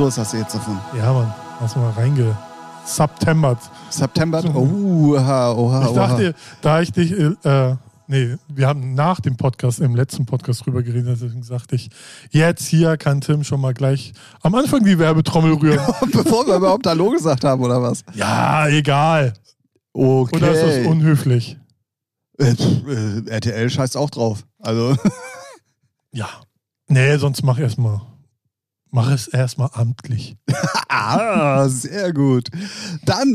So ist das jetzt davon. Ja, Mann. Hast du mal September. Oha. Ich dachte, da ich dich, wir haben nach dem Podcast, im letzten Podcast drüber geredet, deswegen sagte ich, jetzt hier kann Tim schon mal gleich am Anfang die Werbetrommel rühren. Bevor wir überhaupt Hallo gesagt haben, oder was? Ja, egal. Okay. Oder ist das unhöflich? RTL scheißt auch drauf. Also. Ja. Nee, sonst mach es erstmal amtlich. Sehr gut. Dann,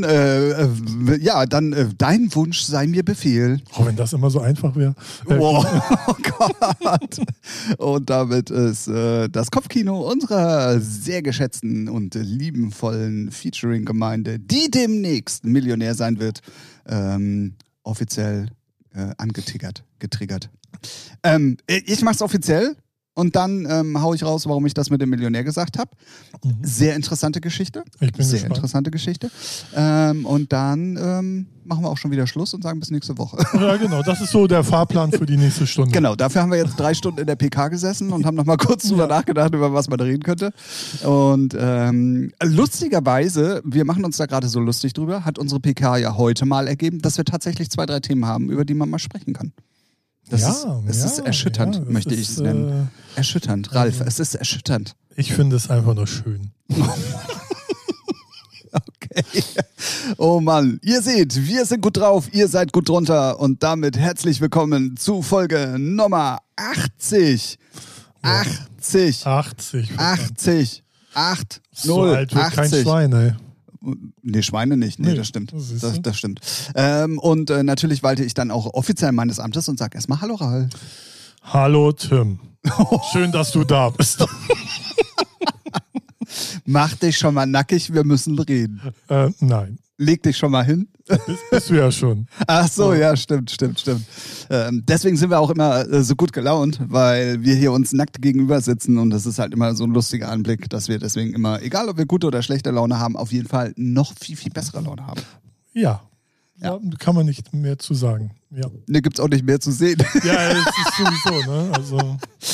dein Wunsch sei mir Befehl. Oh, wenn das immer so einfach wäre. Oh Gott. Und damit ist das Kopfkino unserer sehr geschätzten und liebenvollen Featuring-Gemeinde, die demnächst Millionär sein wird, offiziell getriggert. Ich mach's offiziell. Und dann hau ich raus, warum ich das mit dem Millionär gesagt habe. Sehr interessante Geschichte. Ich bin Sehr gespannt. interessante Geschichte. Und dann machen wir auch schon wieder Schluss und sagen bis nächste Woche. Ja, genau. Das ist so der Fahrplan für die nächste Stunde. Genau, dafür haben wir jetzt 3 Stunden in der PK gesessen und haben nochmal kurz drüber nachgedacht, über was man reden könnte. Und lustigerweise, wir machen uns da gerade so lustig drüber, hat unsere PK ja heute mal ergeben, dass wir tatsächlich 2, 3 Themen haben, über die man mal sprechen kann. Es ist erschütternd, möchte ich es nennen. Erschütternd, Ralf, es ist erschütternd. Ich finde es einfach nur schön. Okay. Oh Mann, ihr seht, wir sind gut drauf, ihr seid gut drunter und damit herzlich willkommen zu Folge Nummer 80. 80. 80. 8. So 0, alt wird 80. Kein Schwein, ey. Nee, Schweine nicht. Nee, das stimmt. Das stimmt. Und natürlich walte ich dann auch offiziell meines Amtes und sage erstmal Hallo, Ralf. Hallo, Tim. Schön, dass du da bist. Mach dich schon mal nackig, wir müssen reden. Nein. Leg dich schon mal hin. Bist du ja schon. Ach so, ja, stimmt. Deswegen sind wir auch immer so gut gelaunt, weil wir hier uns nackt gegenüber sitzen und das ist halt immer so ein lustiger Anblick, dass wir deswegen immer, egal ob wir gute oder schlechte Laune haben, auf jeden Fall noch viel, viel bessere Laune haben. Ja. Kann man nicht mehr zu sagen. Ja. Ne, gibt's auch nicht mehr zu sehen. Ja, das ist sowieso, ne? Also.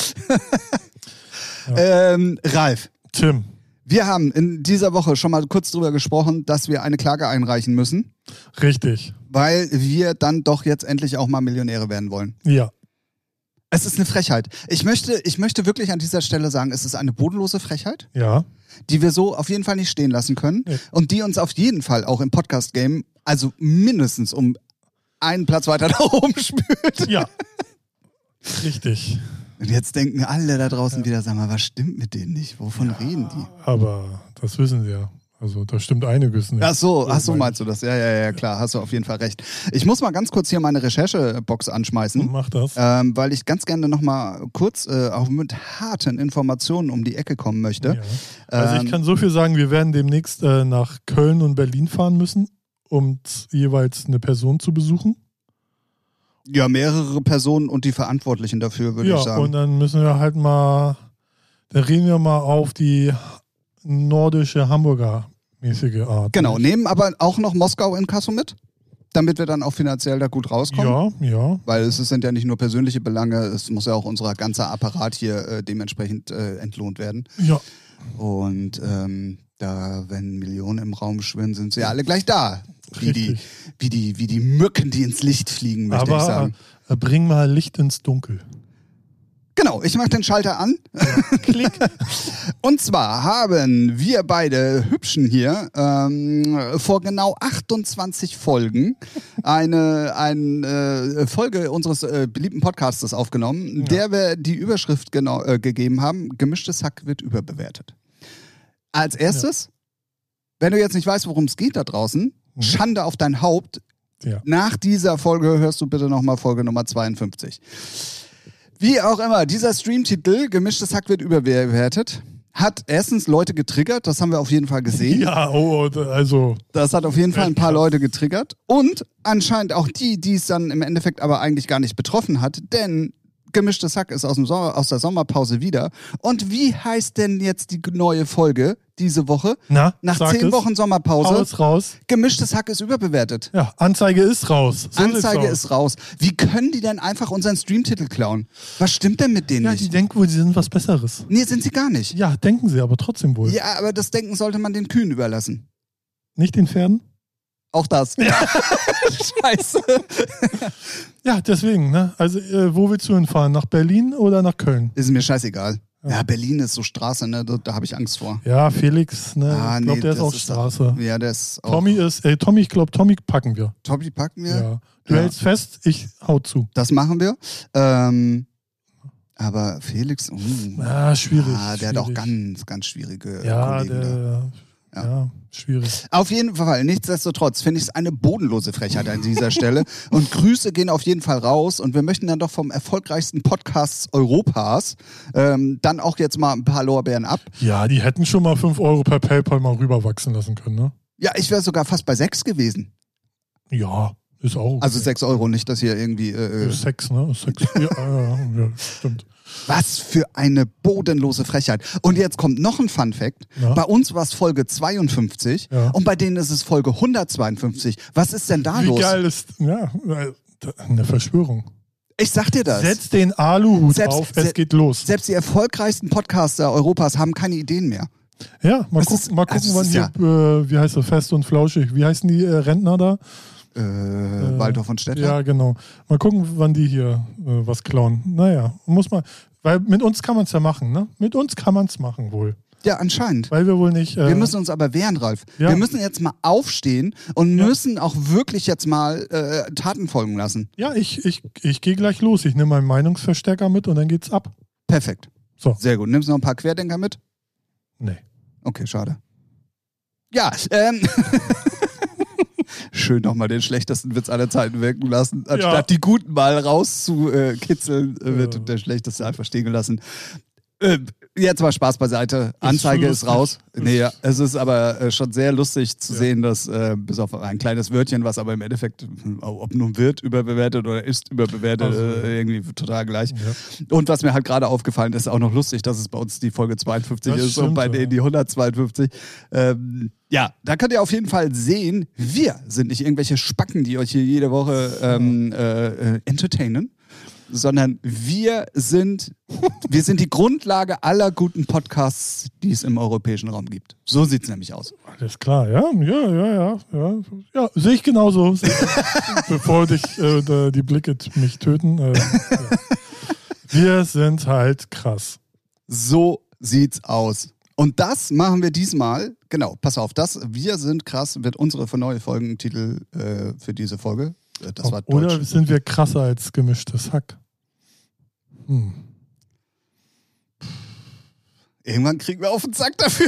Ja. Ralf. Tim. Wir haben in dieser Woche schon mal kurz drüber gesprochen, dass wir eine Klage einreichen müssen. Richtig. Weil wir dann doch jetzt endlich auch mal Millionäre werden wollen. Ja. Es ist eine Frechheit. Ich möchte wirklich an dieser Stelle sagen, es ist eine bodenlose Frechheit. Ja. Die wir so auf jeden Fall nicht stehen lassen können. Ja. Und die uns auf jeden Fall auch im Podcast-Game, also mindestens um einen Platz weiter nach oben spült. Ja. Richtig. Und jetzt denken alle da draußen wieder, sag mal, was stimmt mit denen nicht? Wovon reden die? Aber das wissen sie ja. Also da stimmt einiges nicht. Ach so, meinst du das? Ja, klar, hast du auf jeden Fall recht. Ich muss mal ganz kurz hier meine Recherchebox anschmeißen. Mach das. Weil ich ganz gerne nochmal kurz auch mit harten Informationen um die Ecke kommen möchte. Ja. Also ich kann so viel sagen, wir werden demnächst nach Köln und Berlin fahren müssen, um jeweils eine Person zu besuchen. Ja, mehrere Personen und die Verantwortlichen dafür, würde ich sagen. Ja, und dann müssen wir halt mal, da reden wir mal auf die nordische Hamburger-mäßige Art. Genau, nehmen aber auch noch Moskau in Kasso mit, damit wir dann auch finanziell da gut rauskommen. Ja. Weil es sind ja nicht nur persönliche Belange, es muss ja auch unser ganzer Apparat hier dementsprechend entlohnt werden. Ja. Und wenn Millionen im Raum schwirren, sind sie ja alle gleich da. Wie die Mücken, die ins Licht fliegen, möchte ich sagen. Aber bring mal Licht ins Dunkel. Genau, ich mache den Schalter an. Ja. Klick. Und zwar haben wir beide Hübschen hier vor genau 28 Folgen eine Folge unseres beliebten Podcastes aufgenommen, der wir die Überschrift gegeben haben, gemischtes Hack wird überbewertet. Als erstes, wenn du jetzt nicht weißt, worum es geht da draußen, Schande auf dein Haupt. Ja. Nach dieser Folge hörst du bitte nochmal Folge Nummer 52. Wie auch immer, dieser Streamtitel, gemischtes Hack wird überbewertet, hat erstens Leute getriggert, das haben wir auf jeden Fall gesehen. Ja, also. Das hat auf jeden Fall ein paar Leute getriggert. Und anscheinend auch die es dann im Endeffekt aber eigentlich gar nicht betroffen hat, denn gemischtes Hack ist aus der Sommerpause wieder. Und wie heißt denn jetzt die neue Folge, diese Woche. Nach Nach 10 Wochen Sommerpause. Alles raus. Gemischtes Hack ist überbewertet. Ja, Anzeige ist raus. So Anzeige ist raus. Wie können die denn einfach unseren Streamtitel klauen? Was stimmt denn mit denen ja, nicht? die denken wohl, sie sind was Besseres. Nee, sind sie gar nicht. Ja, denken sie, aber trotzdem wohl. Ja, aber das Denken sollte man den Kühen überlassen. Nicht den Pferden? Auch das. Ja. Scheiße. Ja, deswegen, ne? Also, wo willst du hinfahren? Nach Berlin oder nach Köln? Ist mir scheißegal. Ja, Berlin ist so Straße, ne? Da habe ich Angst vor. Ja, Felix, ne? Ich glaube, der ist auch das Straße. Ja, der ist auch. Tommy, ich glaube, Tommy packen wir. Tommy packen wir? Ja. Du hältst fest, ich hau zu. Das machen wir. Aber Felix, schwierig. Der hat auch ganz, ganz schwierige ja, Kollegen. Ja, schwierig. Auf jeden Fall, nichtsdestotrotz finde ich es eine bodenlose Frechheit an dieser Stelle. Und Grüße gehen auf jeden Fall raus. Und wir möchten dann doch vom erfolgreichsten Podcast Europas dann auch jetzt mal ein paar Lorbeeren ab. Ja, die hätten schon mal 5 Euro per PayPal mal rüberwachsen lassen können, ne? Ja, ich wäre sogar fast bei 6 gewesen. Ja, ist auch okay. Also 6 Euro, nicht, dass hier irgendwie... 6, ne? 6. ja, stimmt. Was für eine bodenlose Frechheit. Und jetzt kommt noch ein Fun-Fact. Ja. Bei uns war es Folge 52 und bei denen ist es Folge 152. Was ist denn da los? Wie geil ist... Ja, eine Verschwörung. Ich sag dir das. Setz den Aluhut auf, es geht los. Selbst die erfolgreichlichen Podcaster Europas haben keine Ideen mehr. Ja, mal gucken, wann hier, wie heißt das, Fest und Flauschig, wie heißen die Rentner da? Waldorf und Städter? Ja, genau. Mal gucken, wann die hier was klauen. Naja, muss man, weil mit uns kann man es ja machen, ne? Mit uns kann man es machen wohl. Ja, anscheinend. Weil wir wohl nicht... wir müssen uns aber wehren, Ralf. Ja. Wir müssen jetzt mal aufstehen und müssen auch wirklich jetzt mal Taten folgen lassen. Ja, ich gehe gleich los. Ich nehme meinen Meinungsverstärker mit und dann geht's ab. Perfekt. So. Sehr gut. Nimmst du noch ein paar Querdenker mit? Nee. Okay, schade. Ja, schön nochmal den schlechtesten Witz aller Zeiten wirken lassen, anstatt die guten mal rauszukitzeln, wird der schlechteste einfach stehen gelassen. Jetzt mal Spaß beiseite. Anzeige ist raus. Nee, es ist aber schon sehr lustig zu sehen, dass bis auf ein kleines Wörtchen, was aber im Endeffekt, ob nun wird überbewertet oder ist überbewertet, irgendwie total gleich. Ja. Und was mir halt gerade aufgefallen ist, auch noch lustig, dass es bei uns die Folge 52 das ist stimmt, und bei denen die 152. Ja, da könnt ihr auf jeden Fall sehen, wir sind nicht irgendwelche Spacken, die euch hier jede Woche entertainen, sondern wir sind die Grundlage aller guten Podcasts, die es im europäischen Raum gibt. So sieht es nämlich aus. Alles klar, ja, sehe ich genauso. Bevor die Blicke mich töten. Ja. Wir sind halt krass. So sieht's aus. Und das machen wir diesmal, genau, pass auf, wir sind krass, wird unsere neue Folgentitel für diese Folge. Das war Oder sind wir krasser als gemischtes Hack? Irgendwann kriegen wir auf den Sack dafür.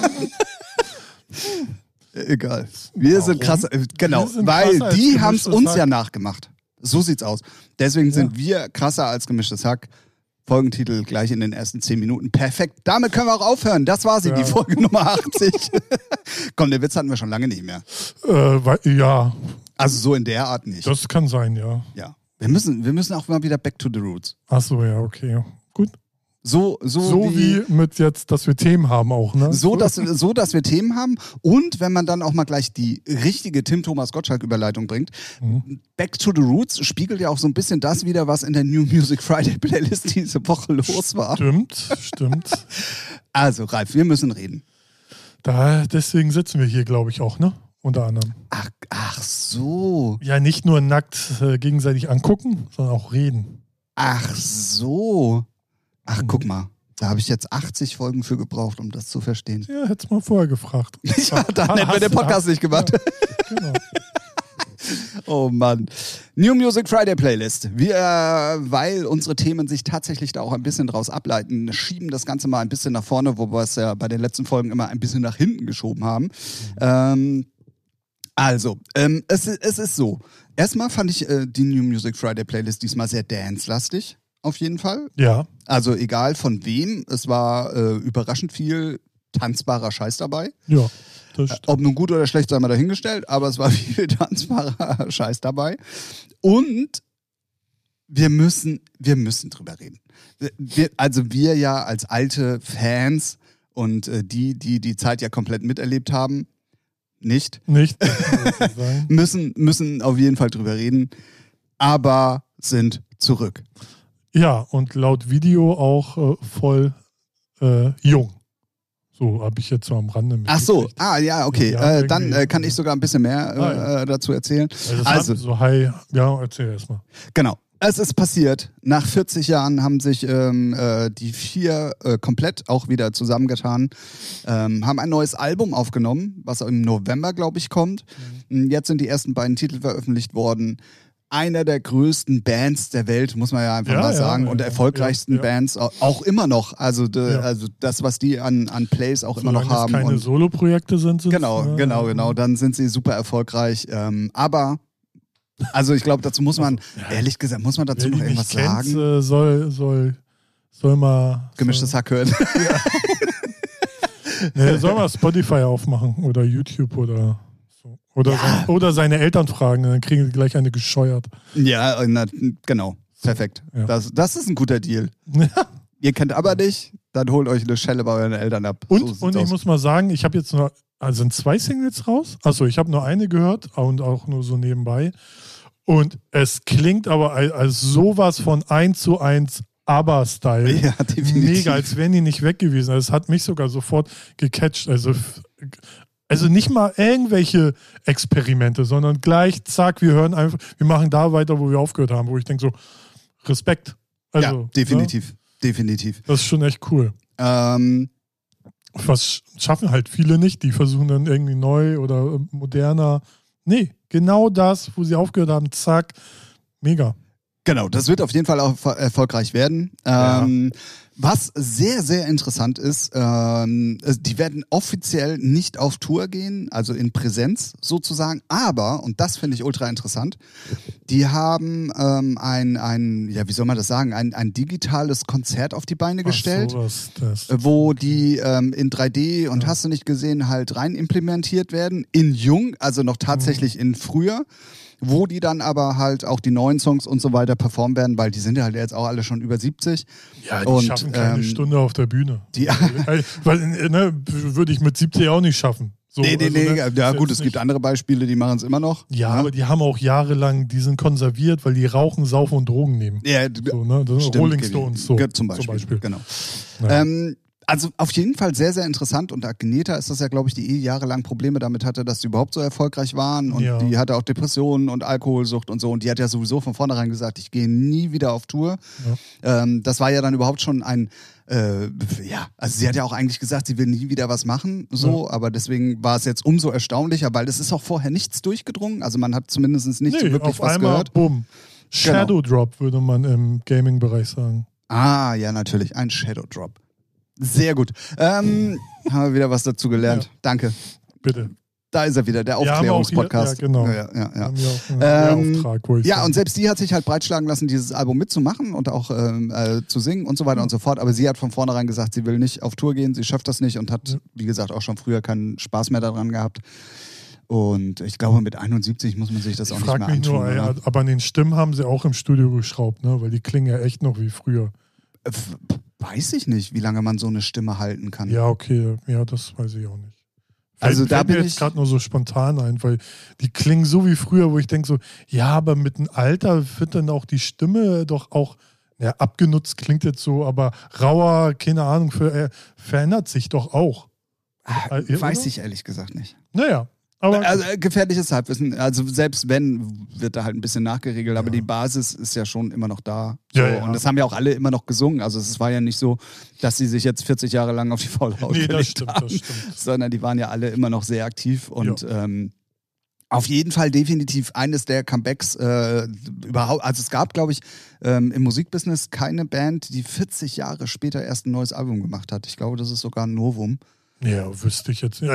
Egal. Wir sind krasser, genau, weil die haben es uns ja nachgemacht. So sieht's aus. Deswegen sind wir krasser als gemischtes Hack. Folgentitel gleich in den ersten 10 Minuten. Perfekt. Damit können wir auch aufhören. Das war sie, die Folge Nummer 80. Komm, den Witz hatten wir schon lange nicht mehr. Ja. Also so in der Art nicht. Das kann sein, ja. Ja. Wir müssen auch mal wieder back to the roots. Ach so, ja, okay. Gut. So wie mit jetzt, dass wir Themen haben auch, ne? So, dass wir Themen haben und wenn man dann auch mal gleich die richtige Tim-Thomas-Gottschalk-Überleitung bringt, Back to the Roots spiegelt ja auch so ein bisschen das wieder, was in der New Music Friday Playlist diese Woche los war. Stimmt. Also, Ralf, wir müssen reden. Deswegen sitzen wir hier, glaube ich, auch, ne? Unter anderem. Ach so. Ja, nicht nur nackt gegenseitig angucken, sondern auch reden. Ach so. Ach, guck mal. Da habe ich jetzt 80 Folgen für gebraucht, um das zu verstehen. Ja, hättest mal vorher gefragt. Ja, dann hätten wir den Podcast nicht gemacht. Ja, genau. Oh Mann. New Music Friday Playlist. Wir, weil unsere Themen sich tatsächlich da auch ein bisschen draus ableiten, schieben das Ganze mal ein bisschen nach vorne, wo wir es ja bei den letzten Folgen immer ein bisschen nach hinten geschoben haben. Es ist so. Erstmal fand ich die New Music Friday Playlist diesmal sehr dance-lastig. Auf jeden Fall. Ja. Also egal von wem, es war überraschend viel tanzbarer Scheiß dabei. Ja, das stimmt. Ob nun gut oder schlecht, sei mal dahingestellt, aber es war viel tanzbarer Scheiß dabei. Und wir müssen drüber reden. Wir ja als alte Fans Und die Zeit ja komplett miterlebt haben, nicht, müssen auf jeden Fall drüber reden, aber sind zurück. Ja, und laut Video auch voll jung. So habe ich jetzt so am Rande mitgekriegt. Ach so, ja, okay. Dann kann ich sogar ein bisschen mehr dazu erzählen. Erzähl erst mal. Genau. Es ist passiert. Nach 40 Jahren haben sich die 4 komplett auch wieder zusammengetan, haben ein neues Album aufgenommen, was im November, glaube ich, kommt. Jetzt sind die ersten beiden Titel veröffentlicht worden. Einer der größten Bands der Welt, muss man ja einfach mal sagen, und der erfolgreichsten Bands auch immer noch. Also das, was die an Plays auch immer noch haben. Wenn es keine Soloprojekte sind. Genau. Dann sind sie super erfolgreich. Aber also ich glaube, dazu muss man, ehrlich gesagt, noch irgendwas sagen. Soll mal... Gemischtes Hack hören. Soll mal Spotify aufmachen oder YouTube oder so. Oder seine Eltern fragen, dann kriegen sie gleich eine gescheuert. Ja, genau. Perfekt. Ja. Das ist ein guter Deal. Ihr kennt aber nicht, dann holt euch eine Schelle bei euren Eltern ab. Und ich muss mal sagen, ich habe jetzt nur... Also sind 2 Singles raus? Achso, ich habe nur eine gehört und auch nur so nebenbei. Und es klingt aber als sowas von 1:1 ABBA-Style. Ja, definitiv. Mega, als wären die nicht weg gewesen. Also es hat mich sogar sofort gecatcht. Also nicht mal irgendwelche Experimente, sondern gleich, zack, wir machen da weiter, wo wir aufgehört haben, wo ich denke so, Respekt. Also, ja, definitiv. Definitiv. Das ist schon echt cool. Was schaffen halt viele nicht, die versuchen dann irgendwie neu oder moderner. Nee, genau das, wo sie aufgehört haben, zack, mega. Genau, das wird auf jeden Fall auch erfolgreich werden. Was sehr, sehr interessant ist, die werden offiziell nicht auf Tour gehen, also in Präsenz sozusagen, aber, und das finde ich ultra interessant, die haben wie soll man das sagen, ein digitales Konzert auf die Beine gestellt, wo die in 3D und hast du nicht gesehen, halt rein implementiert werden, in jung, also noch tatsächlich in früher, wo die dann aber halt auch die neuen Songs und so weiter performen werden, weil die sind ja halt jetzt auch alle schon über 70. Ja, die schaffen keine Stunde auf der Bühne. Würde ich mit 70 auch nicht schaffen. So, ja gut, es gibt andere Beispiele, die machen es immer noch. Ja, aber die haben auch jahrelang, die sind konserviert, weil die rauchen, saufen und Drogen nehmen. Ja, so, ne? Das sind Rolling Stones. So, zum Beispiel. Genau. Ja. Also auf jeden Fall sehr, sehr interessant und Agneta ist das ja, glaube ich, die jahrelang Probleme damit hatte, dass sie überhaupt so erfolgreich waren und die hatte auch Depressionen und Alkoholsucht und so und die hat ja sowieso von vornherein gesagt, ich gehe nie wieder auf Tour. Ja. Das war ja dann überhaupt schon also sie hat ja auch eigentlich gesagt, sie will nie wieder was machen, aber deswegen war es jetzt umso erstaunlicher, weil es ist auch vorher nichts durchgedrungen, also man hat zumindest nicht so wirklich was gehört. Bumm. Shadow Drop würde man im Gaming-Bereich sagen. Ah, ja, natürlich, ein Shadow Drop. Sehr gut. Haben wir wieder was dazu gelernt. Ja. Danke. Bitte. Da ist er wieder, der Aufklärungspodcast. Ja, genau. Ja, und selbst die hat sich halt breitschlagen lassen, dieses Album mitzumachen und auch zu singen und so weiter und so fort. Aber sie hat von vornherein gesagt, sie will nicht auf Tour gehen, sie schafft das nicht und hat, wie gesagt, auch schon früher keinen Spaß mehr daran gehabt. Und ich glaube, mit 71 muss man sich das auch nicht mehr antun. Aber an den Stimmen haben sie auch im Studio geschraubt, ne? Weil die klingen ja echt noch wie früher. Weiß ich nicht, wie lange man so eine Stimme halten kann. Ja, okay. Ja, das weiß ich auch nicht. Da bin ich jetzt gerade nur so spontan ein, weil die klingen so wie früher, wo ich denke so, ja, aber mit dem Alter wird dann auch die Stimme doch auch, abgenutzt klingt jetzt so, aber rauer, keine Ahnung, verändert sich doch auch. Weiß ich ehrlich gesagt nicht. Naja. Aber gefährliches Halbwissen. Also selbst wenn, wird da halt ein bisschen nachgeregelt, aber die Basis ist ja schon immer noch da. So. Ja. Und das haben ja auch alle immer noch gesungen. Also es war ja nicht so, dass sie sich jetzt 40 Jahre lang auf die faule Haut gelegt haben, das stimmt. Sondern die waren ja alle immer noch sehr aktiv und auf jeden Fall definitiv eines der Comebacks überhaupt. Also es gab, glaube ich, im Musikbusiness keine Band, die 40 Jahre später erst ein neues Album gemacht hat. Ich glaube, das ist sogar ein Novum. Ja, wüsste ich jetzt nicht.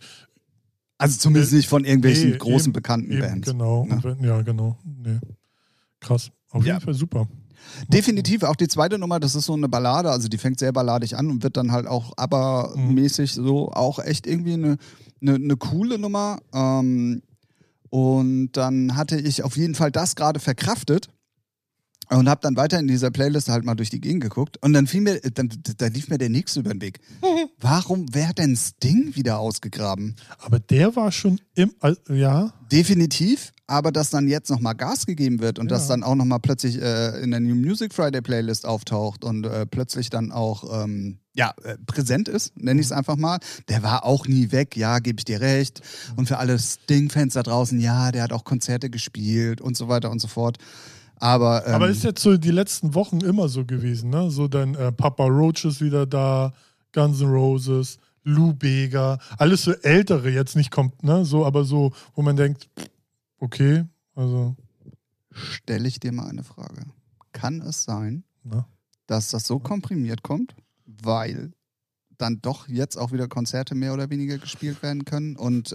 Also zumindest nicht von irgendwelchen großen bekannten Bands. Genau. Ne? Ja, genau. Nee. Krass. Auf jeden Fall super. Definitiv. Auch die zweite Nummer, das ist so eine Ballade. Also die fängt sehr balladig an und wird dann halt auch ABBA-mäßig so auch echt irgendwie eine coole Nummer. Und dann hatte ich auf jeden Fall das gerade verkraftet. Und habe dann weiter in dieser Playlist halt mal durch die Gegend geguckt und dann da lief mir der nächste über den Weg. Wer hat denn Sting wieder ausgegraben? Aber der war schon ja. Definitiv, aber dass dann jetzt nochmal Gas gegeben wird und das dann auch nochmal plötzlich in der New Music Friday Playlist auftaucht und plötzlich dann auch präsent ist, nenne ich es einfach mal. Der war auch nie weg, ja, gebe ich dir recht. Und für alle Sting-Fans da draußen, ja, der hat auch Konzerte gespielt und so weiter und so fort. Aber ist jetzt so die letzten Wochen immer so gewesen, ne? So dann Papa Roach ist wieder da, Guns N' Roses, Lou Bega, alles so ältere, jetzt nicht kommt, ne? So, aber so, wo man denkt, okay, also. Stelle ich dir mal eine Frage. Kann es sein, dass das so komprimiert kommt, weil dann doch jetzt auch wieder Konzerte mehr oder weniger gespielt werden können und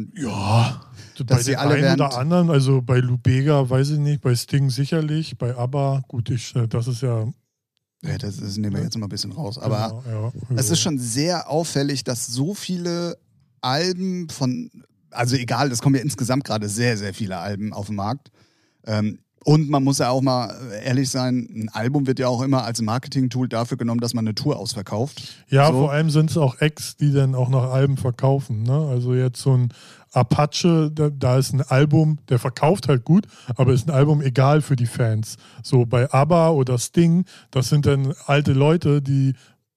bei den einen oder anderen, also bei Lou Bega weiß ich nicht, bei Sting sicherlich, bei ABBA, gut, das ist ja... Ja, das nehmen wir jetzt mal ein bisschen raus, aber es ist schon sehr auffällig, dass so viele Alben also egal, es kommen ja insgesamt gerade sehr, sehr viele Alben auf den Markt. Und man muss ja auch mal ehrlich sein, ein Album wird ja auch immer als Marketing-Tool dafür genommen, dass man eine Tour ausverkauft. Ja, so. Vor allem sind es auch Acts, die dann auch noch Alben verkaufen. Ne? Also jetzt so ein Apache, da ist ein Album, der verkauft halt gut, aber ist ein Album egal für die Fans. So bei ABBA oder Sting, das sind dann alte Leute, die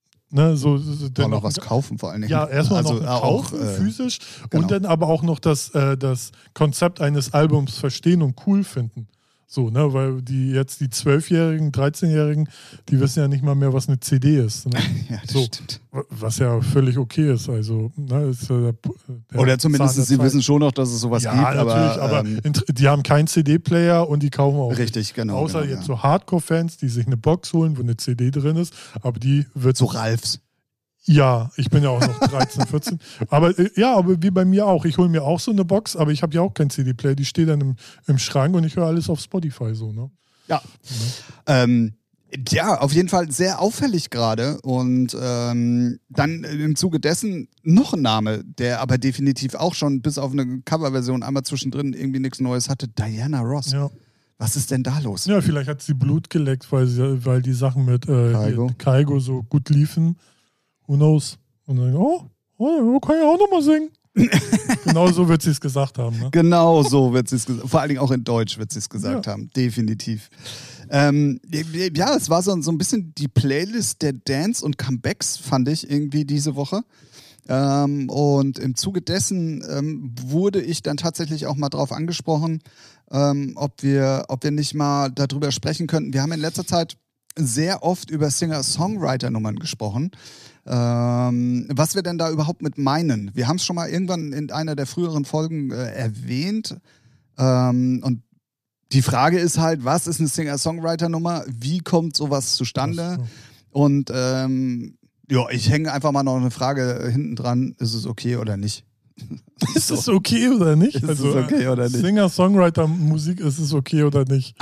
auch noch was kaufen vor allen Dingen. Ja, erstmal noch kaufen, physisch, genau. Und dann aber auch noch das Konzept eines Albums verstehen und cool finden. So, ne, weil die 12-Jährigen, 13-Jährigen, die wissen ja nicht mal mehr, was eine CD ist. Ne? Ja, das stimmt. Was ja völlig okay ist. Also, ne, ist oder zumindest sie wissen schon noch, dass es sowas gibt. Ja, natürlich, aber die haben keinen CD-Player und die kaufen auch richtig, nicht. Genau. Außer jetzt so Hardcore-Fans, die sich eine Box holen, wo eine CD drin ist, aber die wird... So Ralfs. Ja, ich bin ja auch noch 13, 14. Aber wie bei mir auch. Ich hole mir auch so eine Box, aber ich habe ja auch keinen CD-Player. Die steht dann im Schrank und ich höre alles auf Spotify so, ne? Ja. Auf jeden Fall sehr auffällig gerade. Und dann im Zuge dessen noch ein Name, der aber definitiv auch schon bis auf eine Coverversion einmal zwischendrin irgendwie nichts Neues hatte. Diana Ross. Ja. Was ist denn da los? Ja, vielleicht hat sie Blut geleckt, weil die Sachen mit Kygo so gut liefen. Who knows? Und dann, kann ich auch nochmal singen. Genau so wird sie es gesagt haben. Ne? Genau so wird sie es gesagt haben. Vor allen Dingen auch in Deutsch wird sie es gesagt haben. Definitiv. Es war so ein bisschen die Playlist der Dance- und Comebacks, fand ich irgendwie diese Woche. Und im Zuge dessen wurde ich dann tatsächlich auch mal drauf angesprochen, ob wir nicht mal darüber sprechen könnten. Wir haben in letzter Zeit sehr oft über Singer-Songwriter-Nummern gesprochen. Was wir denn da überhaupt mit meinen. Wir haben es schon mal irgendwann in einer der früheren Folgen erwähnt. Und die Frage ist halt, was ist eine Singer-Songwriter-Nummer? Wie kommt sowas zustande? Und ich hänge einfach mal noch eine Frage hinten dran. Ist es okay oder nicht? Ist es okay oder nicht? Ist es okay oder nicht? Singer-Songwriter-Musik, ist es okay oder nicht?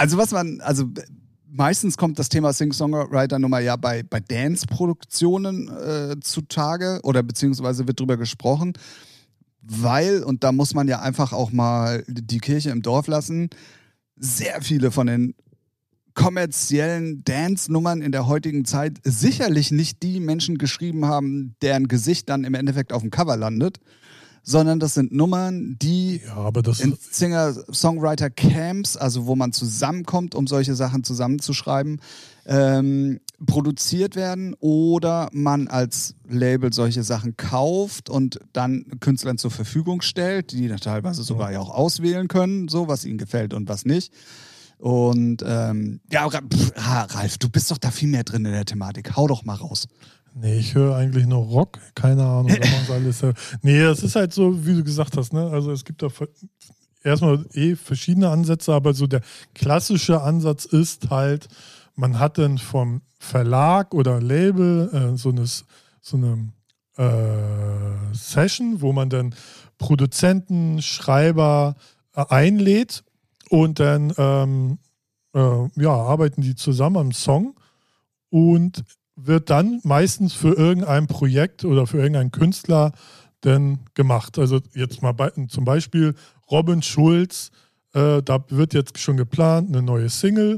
Meistens kommt das Thema Sing-Songwriter-Nummer ja bei Dance-Produktionen zutage oder beziehungsweise wird drüber gesprochen, weil, und da muss man ja einfach auch mal die Kirche im Dorf lassen, sehr viele von den kommerziellen Dance-Nummern in der heutigen Zeit sicherlich nicht die Menschen geschrieben haben, deren Gesicht dann im Endeffekt auf dem Cover landet, sondern das sind Nummern, die in Singer-Songwriter-Camps, also wo man zusammenkommt, um solche Sachen zusammenzuschreiben, produziert werden oder man als Label solche Sachen kauft und dann Künstlern zur Verfügung stellt, die teilweise sogar ja auch auswählen können, so was ihnen gefällt und was nicht. Und Ralf, du bist doch da viel mehr drin in der Thematik. Hau doch mal raus. Nee, ich höre eigentlich nur Rock, keine Ahnung, da machen sie alles. Nee, es ist halt so, wie du gesagt hast, ne? Also es gibt da erstmal verschiedene Ansätze, aber so der klassische Ansatz ist halt, man hat dann vom Verlag oder Label so eine Session, wo man dann Produzenten, Schreiber einlädt und dann arbeiten die zusammen am Song und wird dann meistens für irgendein Projekt oder für irgendeinen Künstler dann gemacht. Also jetzt mal zum Beispiel Robin Schulz, da wird jetzt schon geplant, eine neue Single,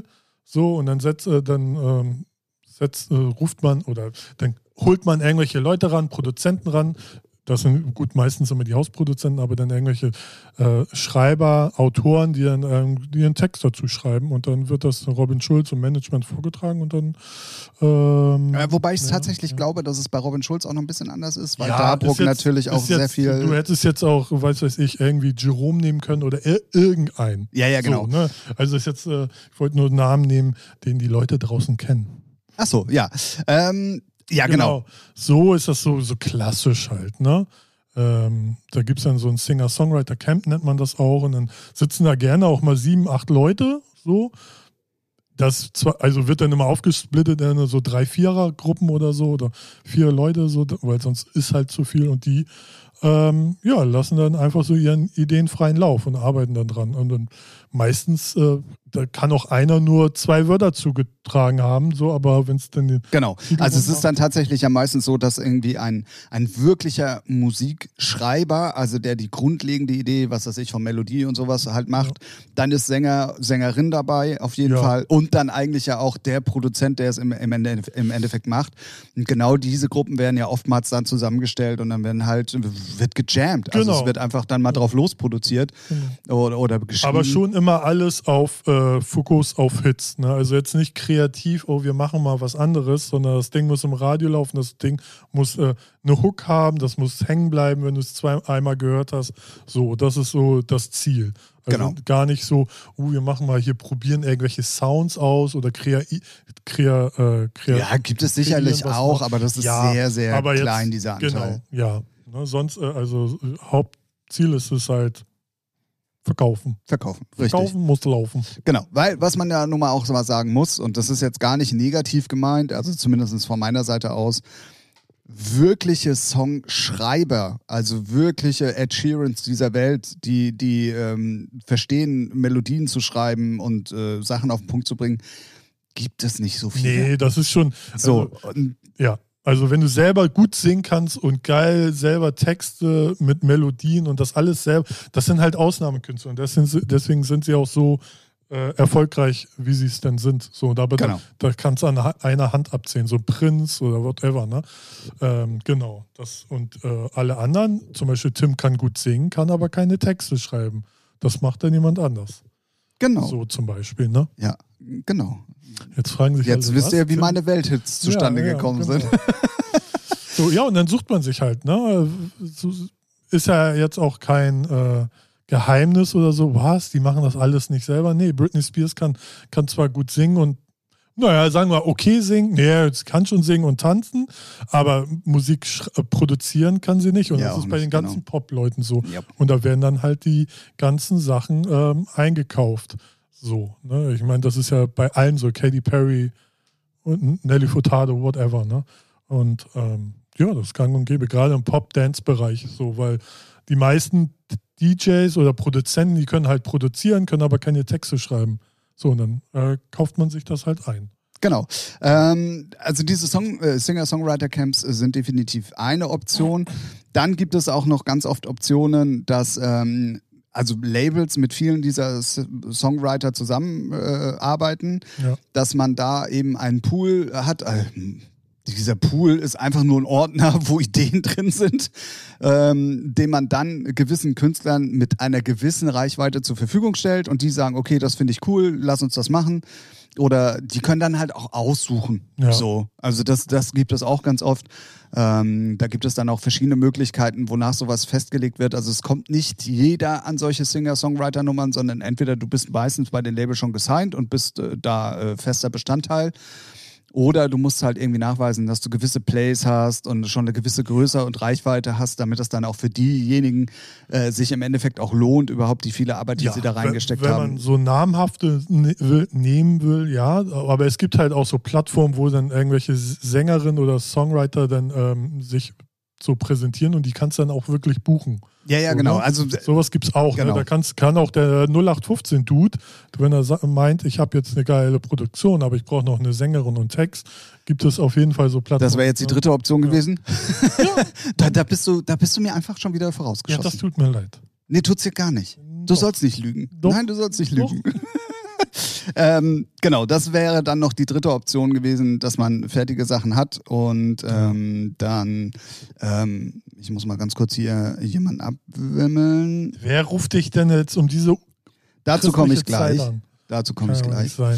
So, und dann ruft man oder dann holt man irgendwelche Leute ran, Produzenten ran. Das sind gut meistens immer die Hausproduzenten, aber dann irgendwelche Schreiber, Autoren, die dann ihren Text dazu schreiben und dann wird das Robin Schulz und Management vorgetragen und dann wobei ich tatsächlich glaube, dass es bei Robin Schulz auch noch ein bisschen anders ist, weil Darbruck natürlich auch sehr viel... Du hättest jetzt auch, weiß ich, irgendwie Jerome nehmen können oder irgendeinen. Ja, genau. So, ne? Also ist jetzt, ich wollte nur einen Namen nehmen, den die Leute draußen kennen. Ach so, ja. Ja, genau. So ist das so klassisch halt, ne? Da gibt es dann so ein Singer-Songwriter-Camp, nennt man das auch, und dann sitzen da gerne auch mal 7, 8 Leute, so. Also wird dann immer aufgesplittet in so 3-4er-Gruppen oder so, oder 4 Leute, so, weil sonst ist halt zu viel und die lassen dann einfach so ihren Ideen freien Lauf und arbeiten dann dran. Und dann meistens, da kann auch einer nur 2 Wörter zugetragen haben, so, aber wenn es dann... Genau, also es ist dann tatsächlich ja meistens so, dass irgendwie ein wirklicher Musikschreiber, also der die grundlegende Idee, was weiß ich, von Melodie und sowas halt macht, dann ist Sängerin dabei, auf jeden Fall, und dann eigentlich ja auch der Produzent, der es im Endeffekt macht. Und genau diese Gruppen werden ja oftmals dann zusammengestellt und dann wird gejammt. Also es wird einfach dann mal drauf losproduziert oder geschrieben. Aber schon immer alles auf Fokus auf Hits. Ne? Also jetzt nicht kreativ, wir machen mal was anderes, sondern das Ding muss im Radio laufen, das Ding muss eine Hook haben, das muss hängen bleiben, wenn du es einmal gehört hast. So, das ist so das Ziel. Also gar nicht so, wir machen mal hier, probieren irgendwelche Sounds aus oder ja, gibt es sicherlich auch, aber das ist sehr, sehr klein, dieser Anteil. Genau, ja. Ne, sonst, Hauptziel ist es halt verkaufen. Richtig. Verkaufen muss laufen. Genau, weil was man ja nun mal auch mal sagen muss, und das ist jetzt gar nicht negativ gemeint, also zumindest von meiner Seite aus, wirkliche Songschreiber, also wirkliche Ed Sheerans dieser Welt, die verstehen, Melodien zu schreiben und Sachen auf den Punkt zu bringen, gibt es nicht so viele. Nee, das ist schon so. Also wenn du selber gut singen kannst und geil selber Texte mit Melodien und das alles selber, das sind halt Ausnahmekünstler und deswegen sind sie auch so erfolgreich, wie sie es denn sind. So, da kannst du an einer Hand abzählen, so Prince oder whatever. Ne? Genau. Alle anderen, zum Beispiel Tim kann gut singen, kann aber keine Texte schreiben. Das macht dann jemand anders. Genau. So zum Beispiel, ne? Ja, genau. Jetzt fragen sich Jetzt wisst ihr, wie meine Welthits zustande gekommen sind. So, ja, und dann sucht man sich halt, ne? Ist ja jetzt auch kein Geheimnis oder so, die machen das alles nicht selber. Nee, Britney Spears kann zwar gut singen und sagen wir okay singen, sie kann schon singen und tanzen, aber Musik produzieren kann sie nicht und das ist bei den ganzen Pop-Leuten so. Yep. Und da werden dann halt die ganzen Sachen eingekauft. So, ne? Ich meine, das ist ja bei allen so, Katy Perry und Nelly Furtado, whatever, ne? Und das ist gang und gäbe, gerade im Pop-Dance-Bereich so, weil die meisten DJs oder Produzenten, die können halt produzieren, können aber keine Texte schreiben. So, und dann kauft man sich das halt ein. Genau. Also diese Singer-Songwriter-Camps sind definitiv eine Option. Dann gibt es auch noch ganz oft Optionen, dass also Labels mit vielen dieser Songwriter zusammenarbeiten, dass man da eben einen Pool hat. Dieser Pool ist einfach nur ein Ordner, wo Ideen drin sind, den man dann gewissen Künstlern mit einer gewissen Reichweite zur Verfügung stellt und die sagen, okay, das finde ich cool, lass uns das machen. Oder die können dann halt auch aussuchen. Ja. So. Also das gibt es auch ganz oft. Da gibt es dann auch verschiedene Möglichkeiten, wonach sowas festgelegt wird. Also es kommt nicht jeder an solche Singer-Songwriter-Nummern, sondern entweder du bist meistens bei den Labels schon gesigned und bist da fester Bestandteil. Oder du musst halt irgendwie nachweisen, dass du gewisse Plays hast und schon eine gewisse Größe und Reichweite hast, damit das dann auch für diejenigen sich im Endeffekt auch lohnt, überhaupt die viele Arbeit, die sie da reingesteckt haben. Wenn man so namhafte nehmen will, ja, aber es gibt halt auch so Plattformen, wo dann irgendwelche Sängerinnen oder Songwriter dann sich so präsentieren und die kannst du dann auch wirklich buchen. Ja, genau. Also, sowas gibt es auch. Genau. Ne? Da kann auch der 0815-Dude, wenn er meint, ich habe jetzt eine geile Produktion, aber ich brauche noch eine Sängerin und Text, gibt es auf jeden Fall so Plattformen. Das wäre jetzt die dritte Option gewesen? Ja. da bist du mir einfach schon wieder vorausgeschossen. Ja, das tut mir leid. Nee, tut's dir gar nicht. Du sollst nicht lügen. Doch. Nein, du sollst nicht lügen. Genau, das wäre dann noch die dritte Option gewesen, dass man fertige Sachen hat und dann, ich muss mal ganz kurz hier jemanden abwimmeln. Wer ruft dich denn jetzt um diese Dazu komme ich Zeit gleich. an? Dazu komme ich gleich. Sein.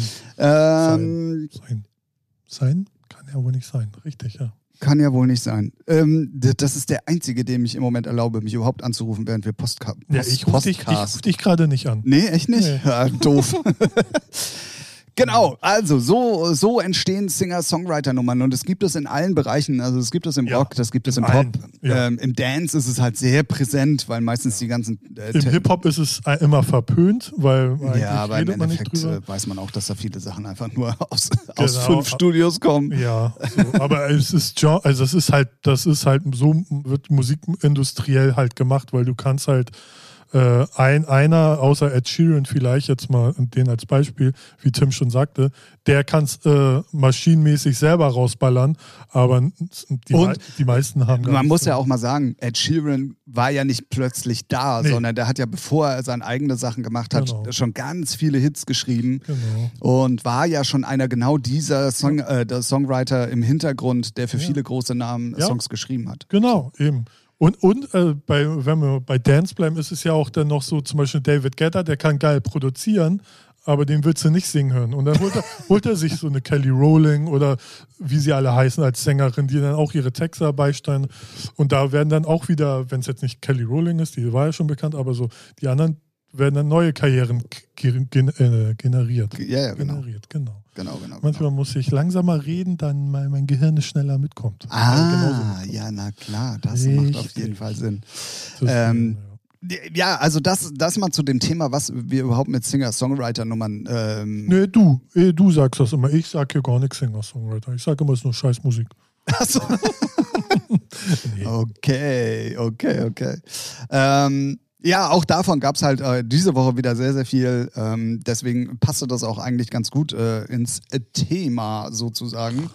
Kann ja wohl nicht sein. Richtig, ja. Kann ja wohl nicht sein. Das ist der einzige, dem ich im Moment erlaube, mich überhaupt anzurufen, während wir ich rufe dich gerade nicht an. Nee, echt nicht? Nee. Ja, doof. Genau, also so entstehen Singer-Songwriter-Nummern und es gibt es in allen Bereichen, also es gibt es im Rock, das gibt es im Pop. Ja. Im Dance ist es halt sehr präsent, weil meistens die ganzen... Im Hip-Hop ist es immer verpönt, weil aber im Endeffekt weiß man auch, dass da viele Sachen einfach nur aus 5 Studios kommen. Ja, so, aber das ist halt so wird Musik industriell halt gemacht, weil du kannst halt einer, außer Ed Sheeran vielleicht, jetzt mal den als Beispiel, wie Tim schon sagte, der kann es maschinenmäßig selber rausballern, aber die meisten haben man muss ja auch mal sagen, Ed Sheeran war ja nicht plötzlich da, sondern der hat ja, bevor er seine eigenen Sachen gemacht hat, schon ganz viele Hits geschrieben und war ja schon einer genau dieser der Songwriter im Hintergrund, der für viele große Namen Songs geschrieben hat. Genau, eben. Und wenn wir bei Dance bleiben, ist es ja auch dann noch so, zum Beispiel David Guetta, der kann geil produzieren, aber den willst du nicht singen hören. Und dann holt er sich so eine Kelly Rowling oder wie sie alle heißen als Sängerin, die dann auch ihre Texte beisteuern. Und da werden dann auch wieder, wenn es jetzt nicht Kelly Rowling ist, die war ja schon bekannt, aber so die anderen werden dann neue Karrieren generiert. Ja, genau. Genau. Genau. Manchmal muss ich langsamer reden, dann mein Gehirn schneller mitkommt. Ja, na klar, das macht auf jeden Fall Sinn. Ja, also das mal zu dem Thema, was wir überhaupt mit Singer-Songwriter-Nummern... Nee, du sagst das immer. Ich sag hier gar nichts Singer-Songwriter. Ich sage immer, es ist nur Scheißmusik. Achso. Nee. Okay. Ja, auch davon gab es halt diese Woche wieder sehr, sehr viel. Deswegen passte das auch eigentlich ganz gut ins Thema sozusagen.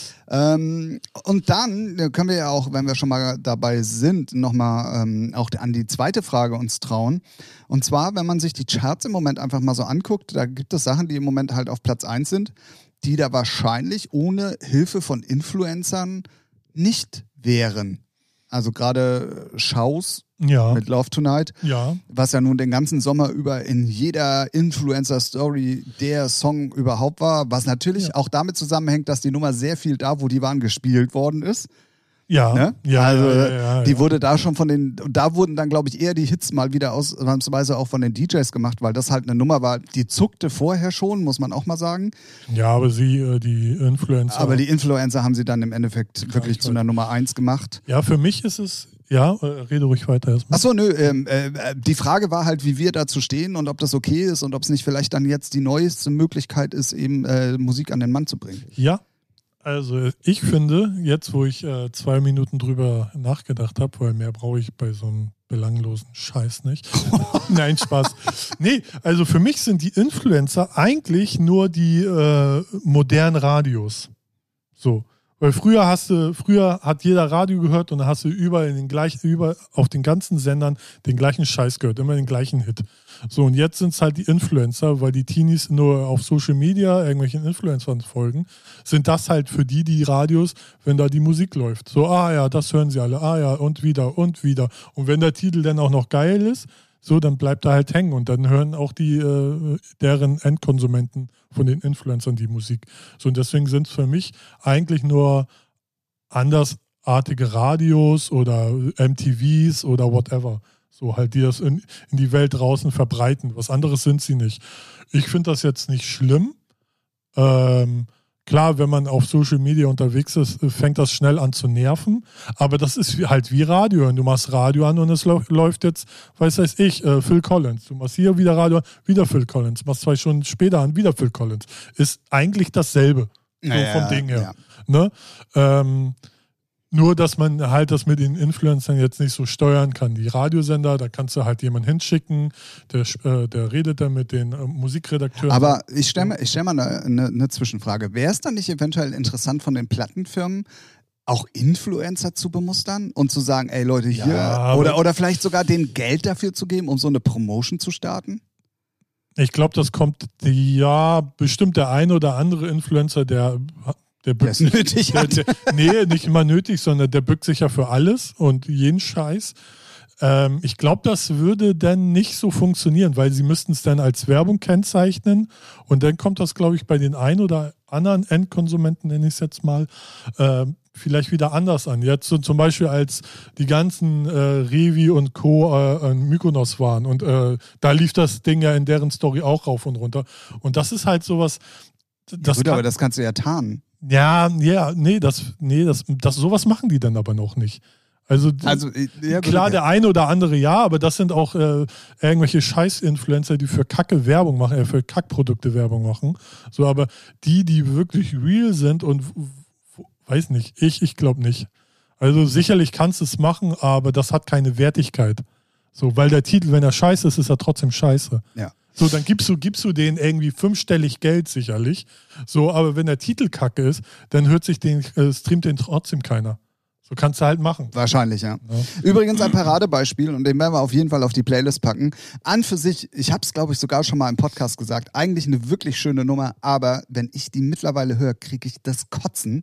Und dann können wir ja auch, wenn wir schon mal dabei sind, nochmal auch an die zweite Frage uns trauen. Und zwar, wenn man sich die Charts im Moment einfach mal so anguckt, da gibt es Sachen, die im Moment halt auf Platz 1 sind, die da wahrscheinlich ohne Hilfe von Influencern nicht wären. Also gerade Shows mit Love Tonight, was ja nun den ganzen Sommer über in jeder Influencer-Story der Song überhaupt war, was natürlich auch damit zusammenhängt, dass die Nummer sehr viel da, wo die waren, gespielt worden ist. Ja, ne? Die wurde da schon da wurden dann, glaube ich, eher die Hits mal wieder ausnahmsweise auch von den DJs gemacht, weil das halt eine Nummer war, die zuckte vorher schon, muss man auch mal sagen. Ja, aber die Influencer. Aber die Influencer haben sie dann im Endeffekt wirklich zu einer Nummer 1 gemacht. Ja, für mich ist es, rede ruhig weiter erstmal. Achso, die Frage war halt, wie wir dazu stehen und ob das okay ist und ob es nicht vielleicht dann jetzt die neueste Möglichkeit ist, eben Musik an den Mann zu bringen. Ja. Also ich finde, jetzt wo ich 2 Minuten drüber nachgedacht habe, weil mehr brauche ich bei so einem belanglosen Scheiß nicht. Nein, Spaß. Nee, also für mich sind die Influencer eigentlich nur die modernen Radios. So. Weil früher hat jeder Radio gehört und da hast du überall auf den ganzen Sendern den gleichen Scheiß gehört, immer den gleichen Hit. So, und jetzt sind es halt die Influencer, weil die Teenies nur auf Social Media irgendwelchen Influencern folgen, sind das halt für die Radios, wenn da die Musik läuft. So, das hören sie alle, und wieder. Und wenn der Titel dann auch noch geil ist, so, dann bleibt er halt hängen und dann hören auch deren Endkonsumenten von den Influencern die Musik. So, und deswegen sind es für mich eigentlich nur andersartige Radios oder MTVs oder whatever. So halt, die das in die Welt draußen verbreiten. Was anderes sind sie nicht. Ich finde das jetzt nicht schlimm. Klar, wenn man auf Social Media unterwegs ist, fängt das schnell an zu nerven. Aber das ist halt wie Radio. Und du machst Radio an und es läuft jetzt, weiß ich, Phil Collins. Du machst hier wieder Radio an, wieder Phil Collins. Machst 2 Stunden später an, wieder Phil Collins. Ist eigentlich dasselbe. So vom Ding her. Ja. Ne? Nur, dass man halt das mit den Influencern jetzt nicht so steuern kann. Die Radiosender, da kannst du halt jemanden hinschicken, der redet dann mit den Musikredakteuren. Aber ich stell mal eine Zwischenfrage. Wäre es dann nicht eventuell interessant von den Plattenfirmen, auch Influencer zu bemustern und zu sagen, ey Leute, hier, oder vielleicht sogar denen Geld dafür zu geben, um so eine Promotion zu starten? Ich glaube, das kommt, bestimmt der eine oder andere Influencer, der es nötig hat. Nee, nicht immer nötig, sondern der bückt sich ja für alles und jeden Scheiß. Ich glaube, das würde dann nicht so funktionieren, weil sie müssten es dann als Werbung kennzeichnen und dann kommt das, glaube ich, bei den ein oder anderen Endkonsumenten, nenne ich es jetzt mal, vielleicht wieder anders an. Jetzt so zum Beispiel, als die ganzen Revi und Co. in Mykonos waren und da lief das Ding ja in deren Story auch rauf und runter. Und das ist halt sowas. Aber das kannst du ja tarnen. Sowas machen die dann aber noch nicht. Also ja, klar, gut, der eine oder andere aber das sind auch irgendwelche Scheiß-Influencer, die für Kacke Werbung machen, für Kackprodukte Werbung machen. So, aber die wirklich real sind und weiß nicht, ich glaube nicht. Also sicherlich kannst du es machen, aber das hat keine Wertigkeit. So, weil der Titel, wenn er scheiße ist, ist er trotzdem scheiße. Ja. So, dann gibst du denen irgendwie 5-stellig Geld sicherlich. So, aber wenn der Titel kacke ist, dann streamt den trotzdem keiner. So kannst du halt machen. Wahrscheinlich, ja. Übrigens ein Paradebeispiel und den werden wir auf jeden Fall auf die Playlist packen. An für sich, ich habe es glaube ich sogar schon mal im Podcast gesagt, eigentlich eine wirklich schöne Nummer, aber wenn ich die mittlerweile höre, kriege ich das Kotzen,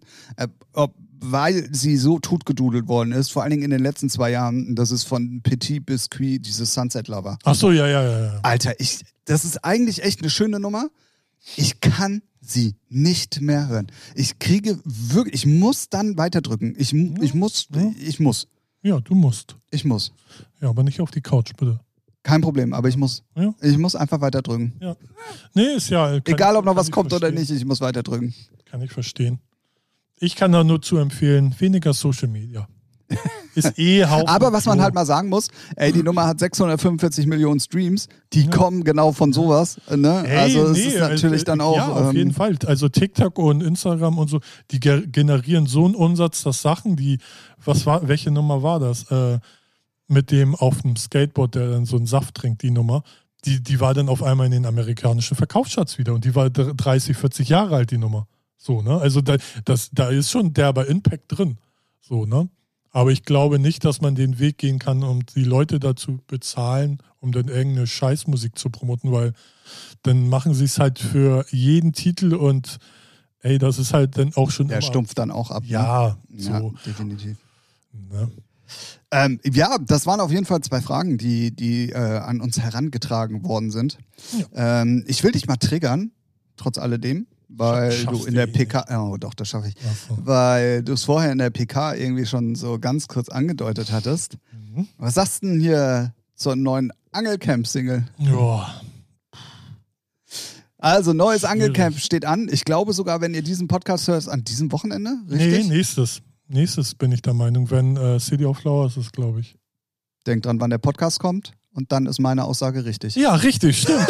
weil sie so totgedudelt worden ist, vor allen Dingen in den letzten 2 Jahren. Das ist von Petit Biscuit, dieses Sunset Lover. Ach so, ja. Alter, das ist eigentlich echt eine schöne Nummer. Ich kann sie nicht mehr hören. Ich kriege wirklich, ich muss dann weiterdrücken. Ich muss. Ja, du musst. Ich muss. Ja, aber nicht auf die Couch, bitte. Kein Problem, aber ich muss. Ja. Ich muss einfach weiterdrücken. Ja. Nee, ist ja. Egal, ob noch was kommt oder nicht, ich muss weiterdrücken. Kann ich verstehen. Ich kann da nur zu empfehlen, weniger Social Media. Ist Haufen. Aber was man halt mal sagen muss, die Nummer hat 645 Millionen Streams, die kommen genau von sowas. Ne? Es ist natürlich dann auch... Ja, auf jeden Fall. Also TikTok und Instagram und so, die generieren so einen Umsatz, dass Sachen, welche Nummer war das? Mit dem auf dem Skateboard, der dann so einen Saft trinkt, die Nummer, die war dann auf einmal in den amerikanischen Verkaufscharts wieder und die war 30, 40 Jahre alt, die Nummer. So, ne? Also da ist schon derber Impact drin. So, ne? Aber ich glaube nicht, dass man den Weg gehen kann, um die Leute dazu bezahlen, um dann irgendeine Scheißmusik zu promoten, weil dann machen sie es halt für jeden Titel und das ist halt dann auch schon. Der stumpft dann auch ab. Ja, ne? so. Ja, definitiv. Ne? Das waren auf jeden Fall 2 Fragen, die an uns herangetragen worden sind. Ja. Ich will dich mal triggern, trotz alledem. Weil du in der PK, oh doch, das schaffe ich, weil du es vorher in der PK irgendwie schon so ganz kurz angedeutet hattest. Mhm. Was sagst du denn hier zur neuen Angelcamp-Single? Ja. Also, neues Angelcamp steht an. Ich glaube sogar, wenn ihr diesen Podcast hört, an diesem Wochenende, richtig? Nee, nächstes bin ich der Meinung, wenn City of Flowers ist, glaube ich. Denkt dran, wann der Podcast kommt und dann ist meine Aussage richtig. Ja, richtig, stimmt.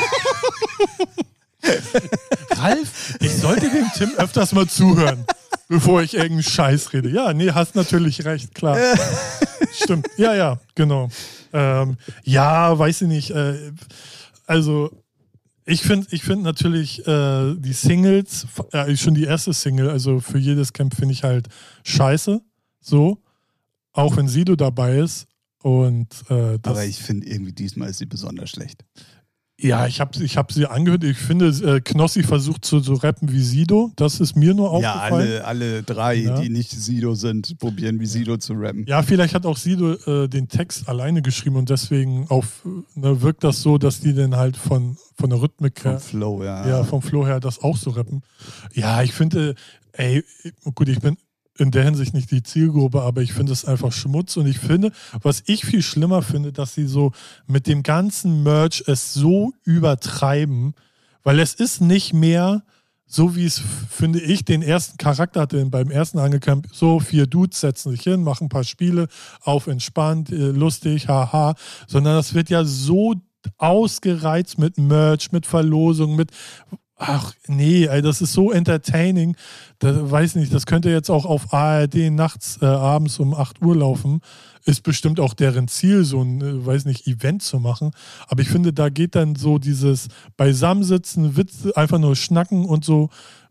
Ralf, ich sollte dem Tim öfters mal zuhören, bevor ich irgendeinen Scheiß rede. Ja, nee, hast natürlich recht, klar. Stimmt, ja, genau. Weiß ich nicht. Also, ich finde natürlich die Singles, schon die erste Single, also für jedes Camp finde ich halt scheiße. So, auch wenn Sido dabei ist. Und, aber ich finde irgendwie diesmal ist sie besonders schlecht. Ja, ich hab sie angehört. Ich finde, Knossi versucht zu rappen wie Sido. Das ist mir nur aufgefallen. Ja, alle 3, die nicht Sido sind, probieren wie Sido zu rappen. Ja, vielleicht hat auch Sido den Text alleine geschrieben und deswegen wirkt das so, dass die dann halt von der Rhythmik her... Vom Flow, ja. Ja, vom Flow her das auch so rappen. Ja, ich finde, gut, ich bin in der Hinsicht nicht die Zielgruppe, aber ich finde es einfach Schmutz und ich finde, was ich viel schlimmer finde, dass sie so mit dem ganzen Merch es so übertreiben, weil es ist nicht mehr so, wie es, finde ich, den ersten Charakter hatte beim ersten Angelcamp. So 4 Dudes setzen sich hin, machen ein paar Spiele, auf entspannt, lustig, haha, sondern das wird ja so ausgereizt mit Merch, mit Verlosung, mit ach nee, das ist so entertaining. Weiß nicht, das könnte jetzt auch auf ARD nachts, abends um 8 Uhr laufen. Ist bestimmt auch deren Ziel, so ein, Event zu machen. Aber ich finde, da geht dann so dieses Beisammensitzen, Witze, einfach nur schnacken und so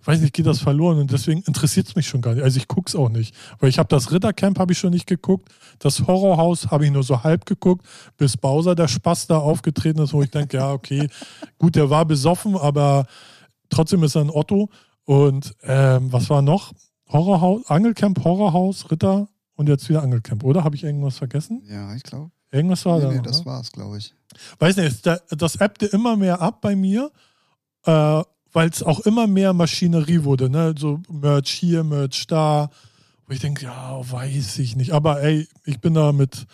weiß nicht, geht das verloren und deswegen interessiert es mich schon gar nicht. Also ich gucke es auch nicht, weil ich habe das Rittercamp habe ich schon nicht geguckt, das Horrorhaus habe ich nur so halb geguckt, bis Bowser, der Spaß, da aufgetreten ist, wo ich denke, ja okay, gut, der war besoffen, aber trotzdem ist er ein Otto und was war noch? Horrorhaus, Angelcamp, Horrorhaus, Ritter und jetzt wieder Angelcamp, oder? Habe ich irgendwas vergessen? Ja, ich glaube. Irgendwas war da. Nee, das war's, glaube ich. Weiß nicht, das ebbte immer mehr ab bei mir, weil es auch immer mehr Maschinerie wurde, ne? So Merch hier, Merch da. Wo ich denke, ja, weiß ich nicht. Aber ey, ich bin da mit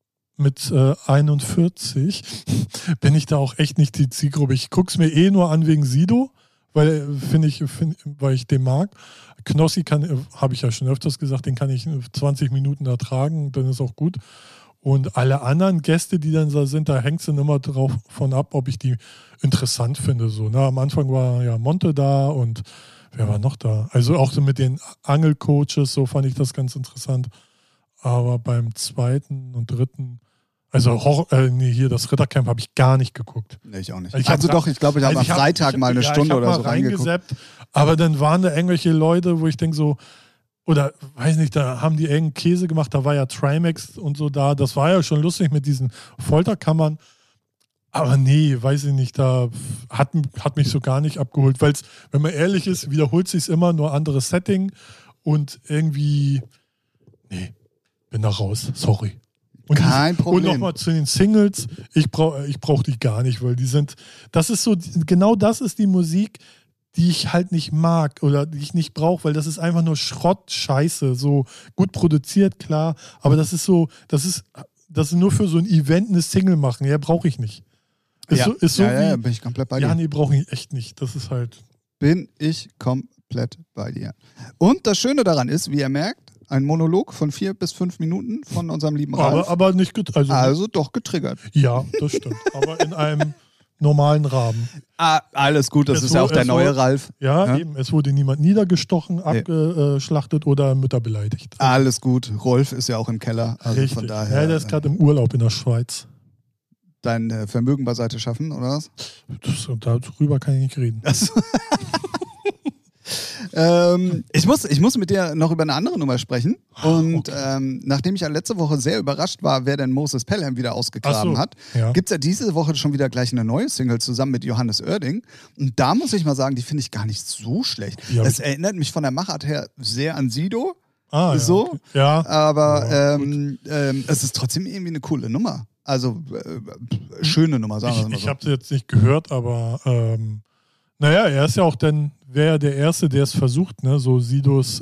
41, bin ich da auch echt nicht die Zielgruppe. Ich gucke es mir eh nur an wegen Sido, weil ich den mag. Knossi habe ich ja schon öfters gesagt, den kann ich 20 Minuten ertragen, dann ist auch gut. Und alle anderen Gäste, die dann da sind, da hängt es dann immer drauf von ab, ob ich die interessant finde. So, ne? Am Anfang war ja Monte da und wer war noch da? Also auch so mit den Angelcoaches, so fand ich das ganz interessant. Aber beim zweiten und dritten, also hier das Rittercamp habe ich gar nicht geguckt. Nee, ich auch nicht. Ich glaube, ich habe am Freitag mal eine Stunde oder so reingeguckt. Aber dann waren da irgendwelche Leute, wo ich denke so, oder weiß nicht, da haben die irgendeinen Käse gemacht, da war ja Trimax und so da. Das war ja schon lustig mit diesen Folterkammern. Aber nee, weiß ich nicht, da hat mich so gar nicht abgeholt. Weil es, wenn man ehrlich ist, wiederholt sich immer, nur anderes Setting und irgendwie, nee, bin da raus, sorry. Kein Problem. Und nochmal zu den Singles, ich brauch die gar nicht, weil die sind, das ist so, genau das ist die Musik, die ich halt nicht mag oder die ich nicht brauche, weil das ist einfach nur Schrott-Scheiße. So gut produziert, klar, aber das ist nur für so ein Event eine Single machen. Ja, brauche ich nicht. Ja, bin ich komplett bei dir. Ja, nee, brauche ich echt nicht. Das ist halt. Bin ich komplett bei dir. Und das Schöne daran ist, wie ihr merkt, ein Monolog von 4 bis 5 Minuten von unserem lieben Ralf. Aber nicht also doch getriggert. Ja, das stimmt. Aber in einem normalen Rahmen. Alles gut, das ist ja auch der neue Ralf. Ja, eben. Es wurde niemand niedergestochen, abgeschlachtet oder Mütter beleidigt. Alles gut. Rolf ist ja auch im Keller. Also richtig. Von daher, ja, der ist gerade im Urlaub in der Schweiz. Dein Vermögen beiseite schaffen, oder was? Darüber kann ich nicht reden. Ich muss mit dir noch über eine andere Nummer sprechen. Und nachdem ich ja letzte Woche sehr überrascht war, wer denn Moses Pelham wieder ausgegraben hat, gibt es ja diese Woche schon wieder gleich eine neue Single zusammen mit Johannes Oerding. Und da muss ich mal sagen, die finde ich gar nicht so schlecht. Ja, es erinnert mich von der Machart her sehr an Sido. So. Okay. Ja. Aber es ist trotzdem irgendwie eine coole Nummer. Also schöne Nummer, sagen wir mal so. Ich habe sie jetzt nicht gehört, aber naja, er ist ja auch dann, wäre der Erste, der es versucht, ne? So Sidos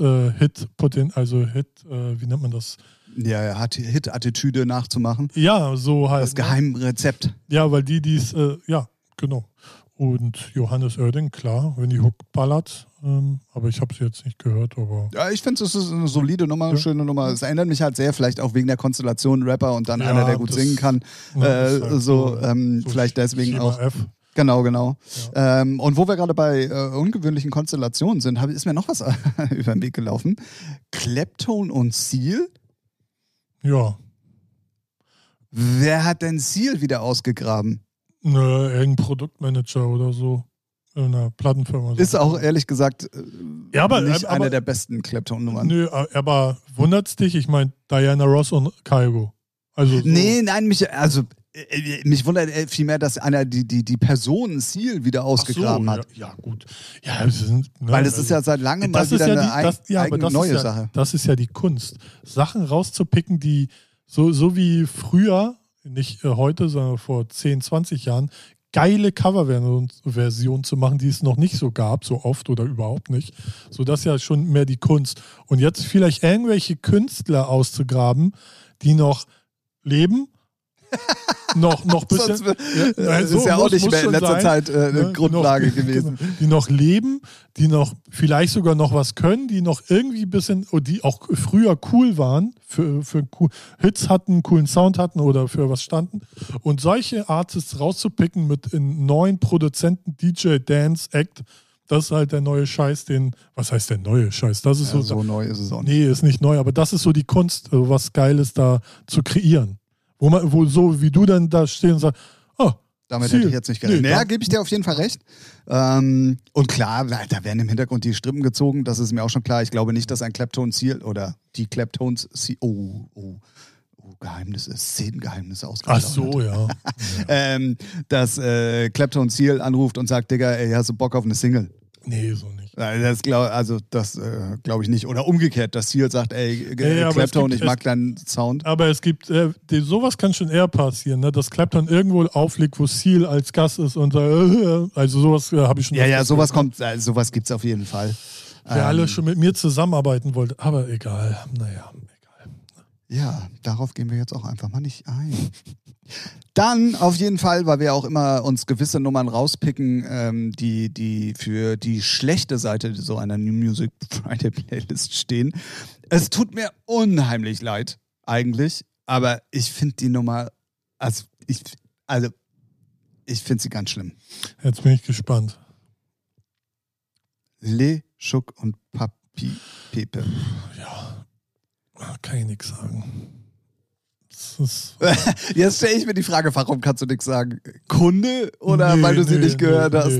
wie nennt man das? Ja, er hat Hit-Attitüde nachzumachen. Ja, so halt. Das Geheimrezept. Ja, weil die es, ja, genau. Und Johannes Oerding, klar, wenn die Hook ballert, aber ich habe sie jetzt nicht gehört. Aber ja, ich finde, es ist eine solide Nummer, eine schöne Nummer. Es erinnert mich halt sehr, vielleicht auch wegen der Konstellation Rapper und dann einer, der gut singen kann. Halt vielleicht deswegen auch. Genau. Ja. Und wo wir gerade bei ungewöhnlichen Konstellationen sind, ist mir noch was über den Weg gelaufen. Clapton und Seal? Ja. Wer hat denn Seal wieder ausgegraben? Irgendein Produktmanager oder so. In einer Plattenfirma. Ist auch ehrlich gesagt nicht aber, eine der besten Clapton-Nummern. Nö, aber wundert's dich? Ich meine, Diana Ross und Kygo. Also so. Nee, nein, mich wundert vielmehr, dass einer die Person Seal wieder ausgegraben hat. Ja, gut. Ja, weil es ist ja seit langem mal wieder eine neue Sache. Das ist ja die Kunst. Sachen rauszupicken, die so wie früher, nicht heute, sondern vor 10, 20 Jahren, geile Coverversion zu machen, die es noch nicht so gab, so oft oder überhaupt nicht. So, das ist ja schon mehr die Kunst. Und jetzt vielleicht irgendwelche Künstler auszugraben, die noch leben, noch ein bisschen. Das ist ja auch nicht mehr in letzter Zeit eine Grundlage gewesen. Genau, die noch leben, die noch vielleicht sogar noch was können, die noch irgendwie ein bisschen, die auch früher cool waren, für Hits hatten, coolen Sound hatten oder für was standen. Und solche Artists rauszupicken mit einem neuen Produzenten, DJ, Dance, Act, das ist halt der neue Scheiß, was heißt der neue Scheiß? Das ist so neu ist es auch nicht. Nee, ist nicht neu, aber das ist so die Kunst, was Geiles da zu kreieren. Wo so wie du dann da stehst und sagst, oh, Damit hätte ich jetzt nicht gerechnet. Naja, gebe ich dir auf jeden Fall recht. Und klar, da werden im Hintergrund die Strippen gezogen, das ist mir auch schon klar. Ich glaube nicht, dass ein Clapton-Ziel oder die Claptons-Ziel, Geheimnisse, Szenengeheimnisse ausgeplaudert. Ach so, ja. Dass Clapton-Ziel anruft und sagt, Digga, ey, hast du Bock auf eine Single? Nee, so nicht. Das glaube ich nicht. Oder umgekehrt, dass Ziel sagt, ey, Clapton, ich mag deinen Sound. Aber es gibt, sowas kann schon eher passieren, ne? Dass Clapton irgendwo auflegt, wo Seal als Gast ist und also sowas habe ich schon. Ja, sowas kommt, sowas gibt es auf jeden Fall. Wer alle schon mit mir zusammenarbeiten wollte, aber egal, naja. Ja, darauf gehen wir jetzt auch einfach mal nicht ein. Dann auf jeden Fall, weil wir auch immer uns gewisse Nummern rauspicken, die für die schlechte Seite so einer New Music Friday Playlist stehen. Es tut mir unheimlich leid, eigentlich, aber ich finde die Nummer, ich finde sie ganz schlimm. Jetzt bin ich gespannt. Le, Schuck und Papi, Pepe. Ja. Kann ich nichts sagen. Jetzt stelle ich mir die Frage, warum kannst du nichts sagen? Kunde oder weil du sie nicht gehört hast?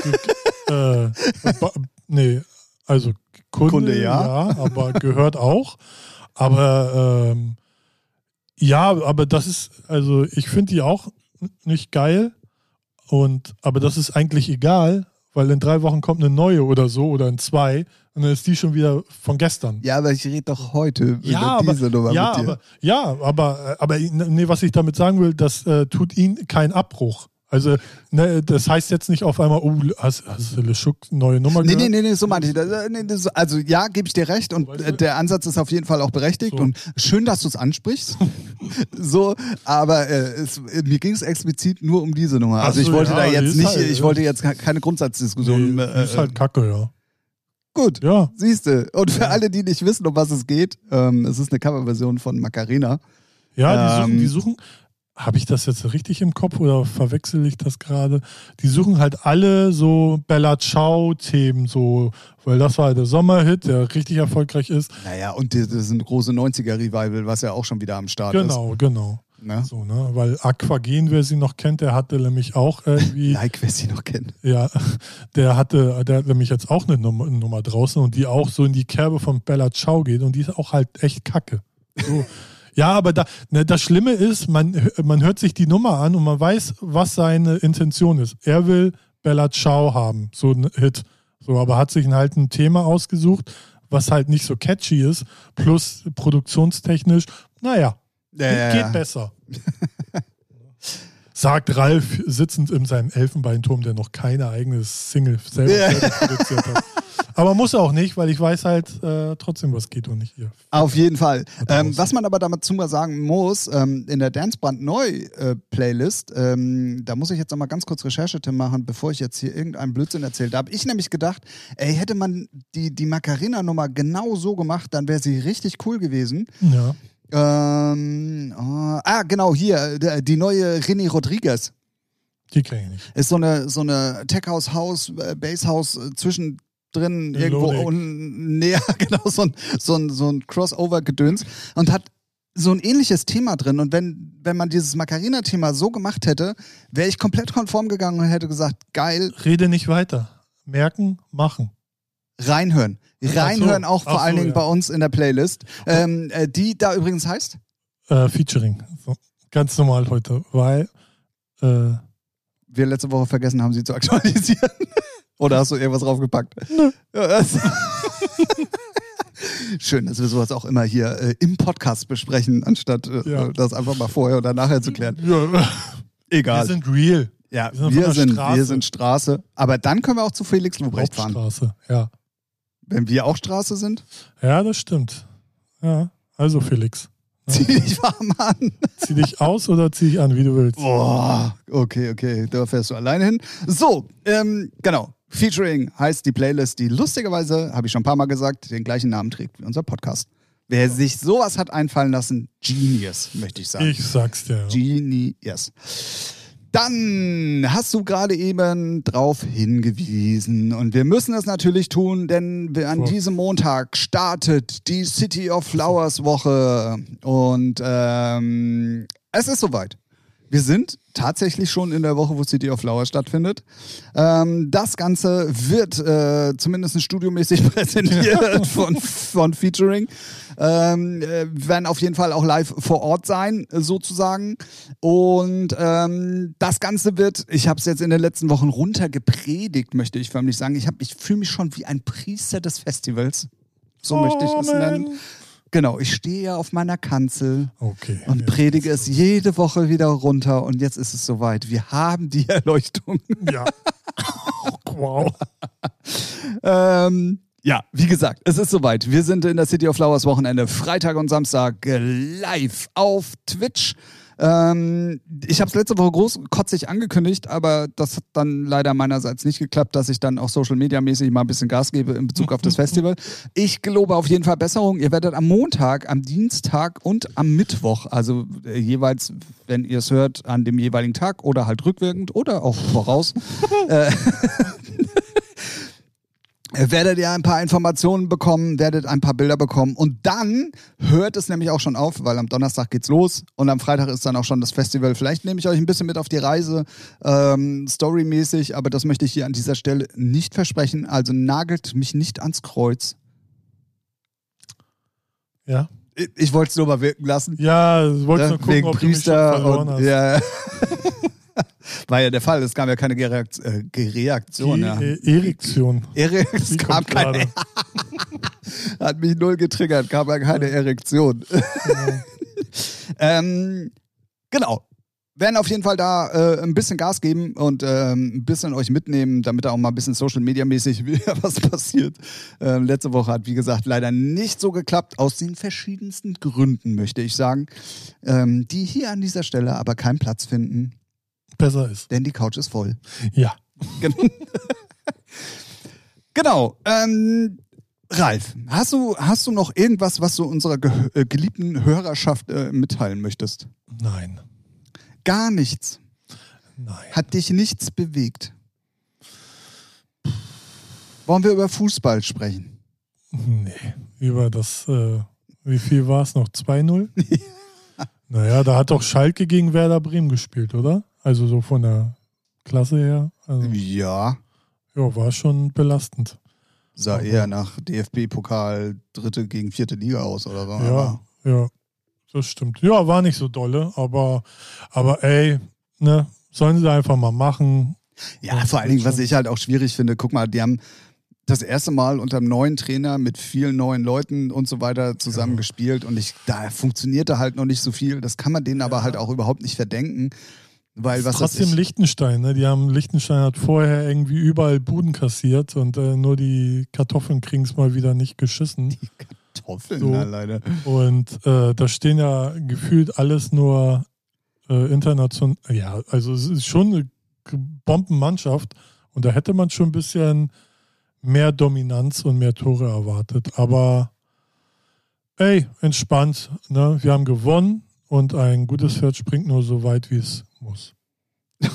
Nee, also Kunde ja, aber gehört auch. Aber aber das ist, also ich finde die auch nicht geil. Aber das ist eigentlich egal, weil in 3 Wochen kommt eine neue oder so oder in 2 und dann ist die schon wieder von gestern. Ja, aber ich rede doch heute über diese Nummer mit dir. Aber was ich damit sagen will, das tut ihnen keinen Abbruch. Also, das heißt jetzt nicht auf einmal, hast du Le Schuck neue Nummer gehört? Nee, so meinte ich. Also ja, gebe ich dir recht und der Ansatz ist auf jeden Fall auch berechtigt und schön, dass du es ansprichst. So, aber mir ging es explizit nur um diese Nummer. Also ich wollte da jetzt nicht, ich wollte jetzt keine Grundsatzdiskussion. Ist halt Kacke, ja. Gut, ja. Siehste. Und für alle, die nicht wissen, um was es geht, es ist eine Coverversion von Macarena. Ja, die suchen. Habe ich das jetzt richtig im Kopf oder verwechsel ich das gerade? Die suchen halt alle so Bella Ciao-Themen, so, weil das war der Sommerhit, der richtig erfolgreich ist. Naja, und das ist ein große 90er-Revival, was ja auch schon wieder am Start ist. Genau. Ne? So, ne? Weil Aquagen, wer sie noch kennt, der hatte nämlich auch irgendwie. Wer sie noch kennt. Ja, der hat nämlich jetzt auch eine Nummer draußen und die auch so in die Kerbe von Bella Ciao geht und die ist auch halt echt kacke. So. Ja, aber das Schlimme ist, man hört sich die Nummer an und man weiß, was seine Intention ist. Er will Bella Ciao haben, so ein Hit. So, aber hat sich halt ein Thema ausgesucht, was halt nicht so catchy ist, plus produktionstechnisch, geht besser. Sagt Ralf, sitzend in seinem Elfenbeinturm, der noch keine eigene Single selber produziert hat. Aber muss auch nicht, weil ich weiß halt trotzdem, was geht und nicht hier. Auf jeden Fall. Was man aber dazu mal sagen muss, in der Danceband Neu Playlist, da muss ich jetzt nochmal ganz kurz Recherche-Tim machen, bevor ich jetzt hier irgendeinen Blödsinn erzählt habe. Ich nämlich gedacht, hätte man die Macarena-Nummer genau so gemacht, dann wäre sie richtig cool gewesen. Ja. Genau, hier, die neue René Rodriguez. Die kenne ich nicht. Ist so eine Tech-House, Bass-House zwischendrin irgendwo näher, genau, so ein Crossover-Gedöns und hat so ein ähnliches Thema drin. Und wenn man dieses Macarena-Thema so gemacht hätte, wäre ich komplett konform gegangen und hätte gesagt, geil. Rede nicht weiter. Merken, machen. Reinhören. Reinhören auch vor allen Dingen bei uns in der Playlist. Die da übrigens heißt? Featuring. So, ganz normal heute, weil wir letzte Woche vergessen haben, sie zu aktualisieren. Oder hast du irgendwas draufgepackt? Nö. Schön, dass wir sowas auch immer hier im Podcast besprechen, anstatt das einfach mal vorher oder nachher zu klären. Ja. Egal. Wir sind real. Ja, wir sind Straße. Aber dann können wir auch zu Felix Lobrecht fahren. Straße, ja. Wenn wir auch Straße sind? Ja, das stimmt. Ja, also Felix. Zieh dich warm an. Zieh dich aus oder zieh dich an, wie du willst. Boah, okay. Da fährst du alleine hin. So, genau. Featuring heißt die Playlist, die lustigerweise, habe ich schon ein paar Mal gesagt, den gleichen Namen trägt wie unser Podcast. Wer sich sowas hat einfallen lassen, Genius, möchte ich sagen. Ich sag's dir. Genius. Dann hast du gerade eben drauf hingewiesen und wir müssen es natürlich tun, denn an diesem Montag startet die City of Flowers Woche und es ist soweit. Wir sind tatsächlich schon in der Woche, wo City of Flower stattfindet. Das Ganze wird zumindest studiomäßig präsentiert von Featuring. Werden auf jeden Fall auch live vor Ort sein, sozusagen. Und das Ganze wird, ich habe es jetzt in den letzten Wochen runtergepredigt, möchte ich förmlich sagen. Ich fühle mich schon wie ein Priester des Festivals. So möchte ich es nennen. Genau, ich stehe ja auf meiner Kanzel und predige es jede Woche wieder runter und jetzt ist es soweit. Wir haben die Erleuchtung. Ja. Wow. Ja, wie gesagt, es ist soweit. Wir sind in der City of Flowers Wochenende, Freitag und Samstag live auf Twitch. Ich habe es letzte Woche großkotzig angekündigt, aber das hat dann leider meinerseits nicht geklappt, dass ich dann auch Social-Media-mäßig mal ein bisschen Gas gebe in Bezug auf das Festival. Ich gelobe auf jeden Fall Besserung. Ihr werdet am Montag, am Dienstag und am Mittwoch, also jeweils, wenn ihr es hört, an dem jeweiligen Tag oder halt rückwirkend oder auch voraus, werdet ihr ein paar Informationen bekommen, werdet ein paar Bilder bekommen und dann hört es nämlich auch schon auf, weil am Donnerstag geht's los und am Freitag ist dann auch schon das Festival. Vielleicht nehme ich euch ein bisschen mit auf die Reise, storymäßig, aber das möchte ich hier an dieser Stelle nicht versprechen, also nagelt mich nicht ans Kreuz. Ja. Ich wollte es nur mal wirken lassen. Ja, ich wollte nur gucken, wegen ob Priester du mich schon verloren hast. Ja. War ja der Fall, es kam ja keine Reaktion. Erektion. Es kam keine. Hat mich null getriggert, kam ja keine Erektion. Genau. Werden auf jeden Fall da ein bisschen Gas geben und ein bisschen euch mitnehmen, damit da auch mal ein bisschen Social-Media-mäßig wieder was passiert. Letzte Woche hat, wie gesagt, leider nicht so geklappt, aus den verschiedensten Gründen, möchte ich sagen, die hier an dieser Stelle aber keinen Platz finden. Besser ist. Denn die Couch ist voll. Ja. Genau. Ralf, hast du noch irgendwas, was du unserer geliebten Hörerschaft mitteilen möchtest? Nein. Gar nichts? Nein. Hat dich nichts bewegt? Wollen wir über Fußball sprechen? Nee. Über das, wie viel war es noch? 2-0? Naja, da hat doch Schalke gegen Werder Bremen gespielt, oder? Also so von der Klasse her. Also, ja. Ja, war schon belastend. Sah eher nach DFB-Pokal 3. gegen 4. Liga aus oder so. Ja, das stimmt. Ja, war nicht so dolle, aber ey, ne, sollen sie einfach mal machen. Ja, vor allen Dingen, was ich halt auch schwierig finde, guck mal, die haben das erste Mal unter einem neuen Trainer mit vielen neuen Leuten und so weiter zusammen gespielt und da funktionierte halt noch nicht so viel. Das kann man denen aber halt auch überhaupt nicht verdenken. Weil was trotzdem Liechtenstein, ne? Liechtenstein hat vorher irgendwie überall Buden kassiert und nur die Kartoffeln kriegen es mal wieder nicht geschissen. Die Kartoffeln, so. Leider. Und da stehen ja gefühlt alles nur international. Ja, also es ist schon eine Bombenmannschaft und da hätte man schon ein bisschen mehr Dominanz und mehr Tore erwartet. Aber ey, entspannt. Ne? Wir haben gewonnen und ein gutes Pferd springt nur so weit, wie es muss. Ja.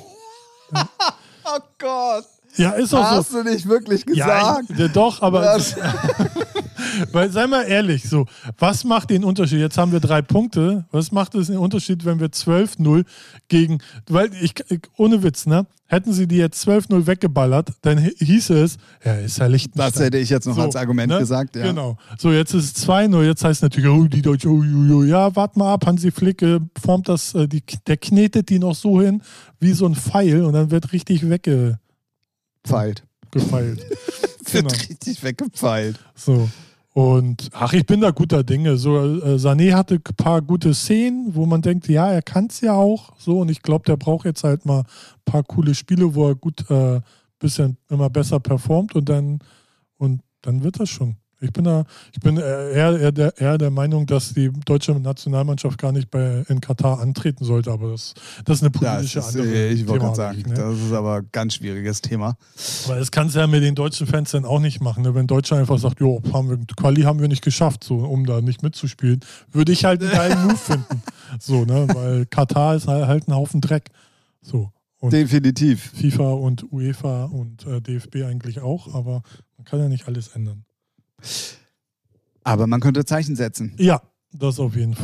Oh Gott. Ja, ist auch Hast du nicht wirklich gesagt? Ja, doch, aber weil, sei mal ehrlich, so, was macht den Unterschied? Jetzt haben wir 3 Punkte. Was macht es den Unterschied, wenn wir 12-0 gegen, weil ohne Witz, ne? Hätten sie die jetzt 12-0 weggeballert, dann hieße es, ja, ist ja Liechtenstein. Das hätte ich jetzt noch als Argument gesagt, ja. Genau. So, jetzt ist es 2-0, jetzt heißt es natürlich, oh, die Deutschen, ja, warte mal ab, Hansi Flick formt das, der knetet die noch so hin, wie so ein Pfeil und dann wird richtig gefeilt. Genau. Wird richtig weggepfeilt. So. Und ich bin da guter Dinge. So, Sané hatte ein paar gute Szenen, wo man denkt, ja, er kann es ja auch. So, und ich glaube, der braucht jetzt halt mal ein paar coole Spiele, wo er gut bisschen immer besser performt und dann wird das schon. Ich bin eher der Meinung, dass die deutsche Nationalmannschaft gar nicht in Katar antreten sollte, aber das ist eine politische andere. Ich wollte gerade sagen, ne? Das ist aber ein ganz schwieriges Thema. Weil das kannst du ja mit den deutschen Fans dann auch nicht machen. Ne? Wenn Deutschland einfach sagt, Quali haben wir nicht geschafft, so, um da nicht mitzuspielen, würde ich halt einen geilen Move finden. So, ne? Weil Katar ist halt ein Haufen Dreck. So. Und definitiv. FIFA und UEFA und DFB eigentlich auch, aber man kann ja nicht alles ändern. Aber man könnte Zeichen setzen. Ja, das auf jeden Fall.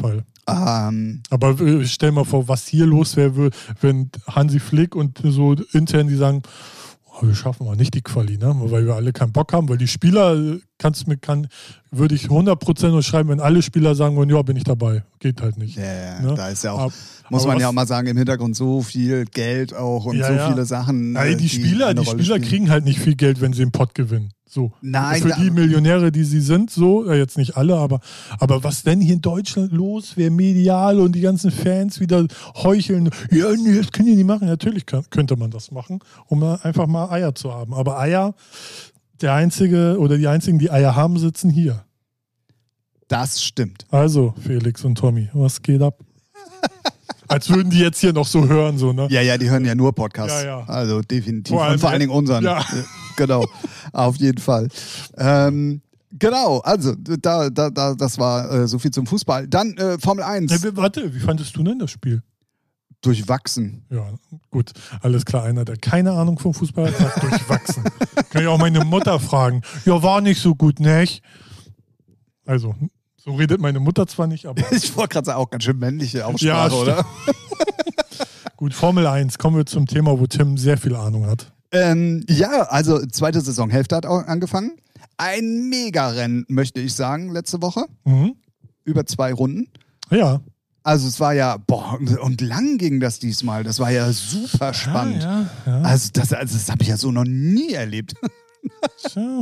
Aber stell mal vor, was hier los wäre, wenn Hansi Flick und so intern die sagen, wir schaffen mal nicht die Quali, ne? Weil wir alle keinen Bock haben, weil die Spieler würde ich 100% nur schreiben, wenn alle Spieler sagen würden, ja, bin ich dabei. Geht halt nicht. Ja, ne? Da ist ja auch, muss man ja auch mal sagen, im Hintergrund so viel Geld auch und viele Sachen. Ja, die Spieler kriegen halt nicht viel Geld, wenn sie im Pott gewinnen. So. Nein, für die Millionäre, die sie sind, so, jetzt nicht alle, aber was denn hier in Deutschland los wäre, medial und die ganzen Fans wieder heucheln, ja, nee, das können die nicht machen. Natürlich könnte man das machen, um einfach mal Eier zu haben. Aber Eier, der Einzige oder die Einzigen, die Eier haben, sitzen hier. Das stimmt. Also, Felix und Tommy, was geht ab? Als würden die jetzt hier noch so hören, so, ne? Ja, die hören ja nur Podcasts. Ja. Also definitiv. Und vor allen Dingen unseren. Ja. Genau, auf jeden Fall. Genau, also das war so viel zum Fußball. Dann Formel 1. Warte, wie fandest du denn das Spiel? Durchwachsen. Ja, gut, alles klar. Einer, der keine Ahnung vom Fußball hat, sagt durchwachsen. Kann ich auch meine Mutter fragen. Ja, war nicht so gut, nicht? Also, so redet meine Mutter zwar nicht, aber... Ich wollte gerade sagen, auch ganz schön männliche Aussprache, ja, oder? Gut, Formel 1. Kommen wir zum Thema, wo Tim sehr viel Ahnung hat. Also zweite Saisonhälfte hat auch angefangen. Ein Mega-Rennen, möchte ich sagen, letzte Woche. Mhm. Über 2 Runden. Ja. Also es war ja, und lang ging das diesmal. Das war ja super spannend. Ja. Also das habe ich ja so noch nie erlebt. Tja,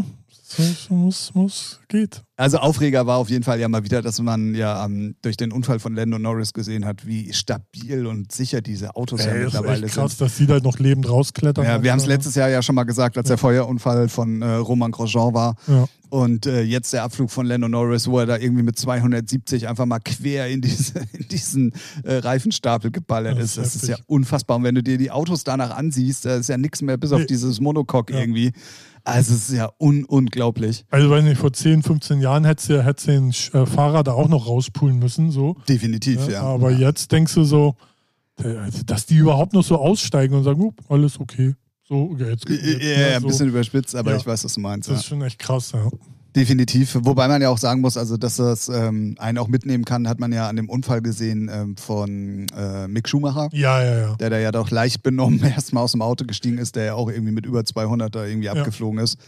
geht. Also Aufreger war auf jeden Fall ja mal wieder, dass man ja durch den Unfall von Lando Norris gesehen hat, wie stabil und sicher diese Autos ja mittlerweile ist echt krass, sind. dass die da noch lebend rausklettern. Ja, wir haben es letztes Jahr ja schon mal gesagt, als der Feuerunfall von Romain Grosjean war. Ja. Und jetzt der Abflug von Lando Norris, wo er da irgendwie mit 270 einfach mal quer in diesen Reifenstapel geballert ist. Das ist ja unfassbar. Und wenn du dir die Autos danach ansiehst, da ist ja nichts mehr, bis auf dieses Monocoque irgendwie. Also es ist ja unglaublich. Also weiß nicht, vor 10, 15 Jahren hättest du den Fahrer da auch noch rauspulen müssen. So. Definitiv, ja. Aber jetzt denkst du so, dass die überhaupt noch so aussteigen und sagen, alles okay. So, jetzt ein bisschen überspitzt, aber ich weiß, was du meinst. Das ist schon echt krass, ja. Definitiv. Wobei man ja auch sagen muss, also dass das einen auch mitnehmen kann, hat man ja an dem Unfall gesehen von Mick Schumacher. Ja. Der da ja doch leicht benommen erstmal aus dem Auto gestiegen ist, der ja auch irgendwie mit über 200 da irgendwie abgeflogen ist.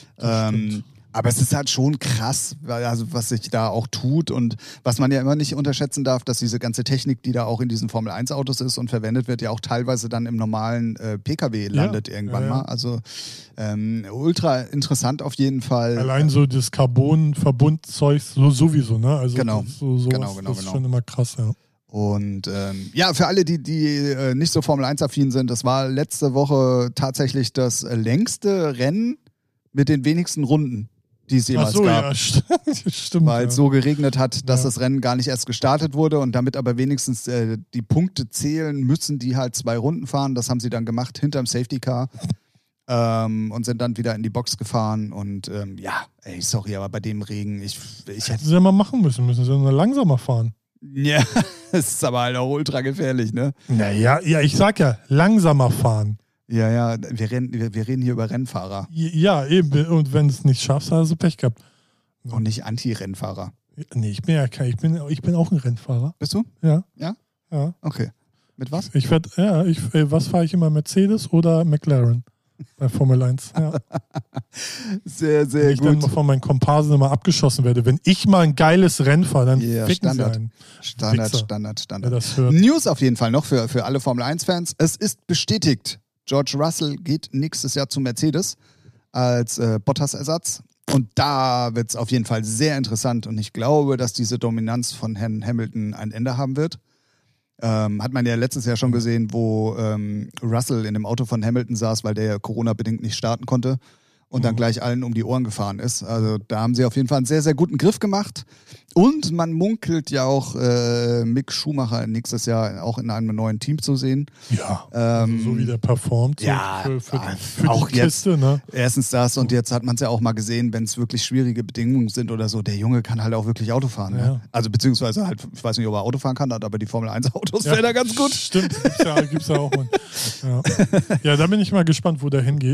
Aber es ist halt schon krass, also was sich da auch tut und was man ja immer nicht unterschätzen darf, dass diese ganze Technik, die da auch in diesen Formel-1-Autos ist und verwendet wird, ja auch teilweise dann im normalen Pkw landet irgendwann mal. Also ultra interessant auf jeden Fall. Allein so das Carbon-Verbundzeug sowieso, ne? Also genau. Das ist schon immer krass, ja. Und für alle, die nicht so Formel-1-affin sind, das war letzte Woche tatsächlich das längste Rennen mit den wenigsten Runden, die es jemals gab. Ja, stimmt. Weil es so geregnet hat, dass das Rennen gar nicht erst gestartet wurde und damit aber wenigstens die Punkte zählen, müssen die halt 2 Runden fahren. Das haben sie dann gemacht hinterm Safety Car und sind dann wieder in die Box gefahren und sorry, aber bei dem Regen, ich hätten sie ja mal machen müssen sie nur langsamer fahren. Ja, das ist aber halt auch ultra gefährlich, ne? Naja, ich sag ja, langsamer fahren. Ja, wir reden hier über Rennfahrer. Ja, eben. Und wenn du es nicht schaffst, hast du Pech gehabt. Und nicht Anti-Rennfahrer. Nee, ich bin auch ein Rennfahrer. Bist du? Ja. Ja? Ja. Okay. Mit was? Was fahre ich immer? Mercedes oder McLaren? Bei Formel 1, ja. Sehr, sehr wenn ich gut. Dann mal von meinen Komparsen immer abgeschossen werde. Wenn ich mal ein geiles Rennen fahre, dann ficken Standard. sie einen. Standard. Ja, das hört. News auf jeden Fall noch für alle Formel 1-Fans. Es ist bestätigt, George Russell geht nächstes Jahr zu Mercedes als Bottas-Ersatz. Und da wird es auf jeden Fall sehr interessant. Und ich glaube, dass diese Dominanz von Herrn Hamilton ein Ende haben wird. Hat man ja letztes Jahr schon gesehen, wo Russell in dem Auto von Hamilton saß, weil der ja Corona-bedingt nicht starten konnte und dann gleich allen um die Ohren gefahren ist. Also da haben sie auf jeden Fall einen sehr, sehr guten Griff gemacht. Und man munkelt ja auch, Mick Schumacher nächstes Jahr auch in einem neuen Team zu sehen. Ja, so wie der performt. So für auch die Kiste, jetzt. Ne? Erstens das und jetzt hat man es ja auch mal gesehen, wenn es wirklich schwierige Bedingungen sind oder so. Der Junge kann halt auch wirklich Auto fahren. Ja. Ne? Also beziehungsweise halt, ich weiß nicht, ob er Auto fahren kann, aber die Formel 1 Autos fährt er ganz gut. Stimmt, gibt's ja auch. Ja, da bin ich mal gespannt, wo der hingeht.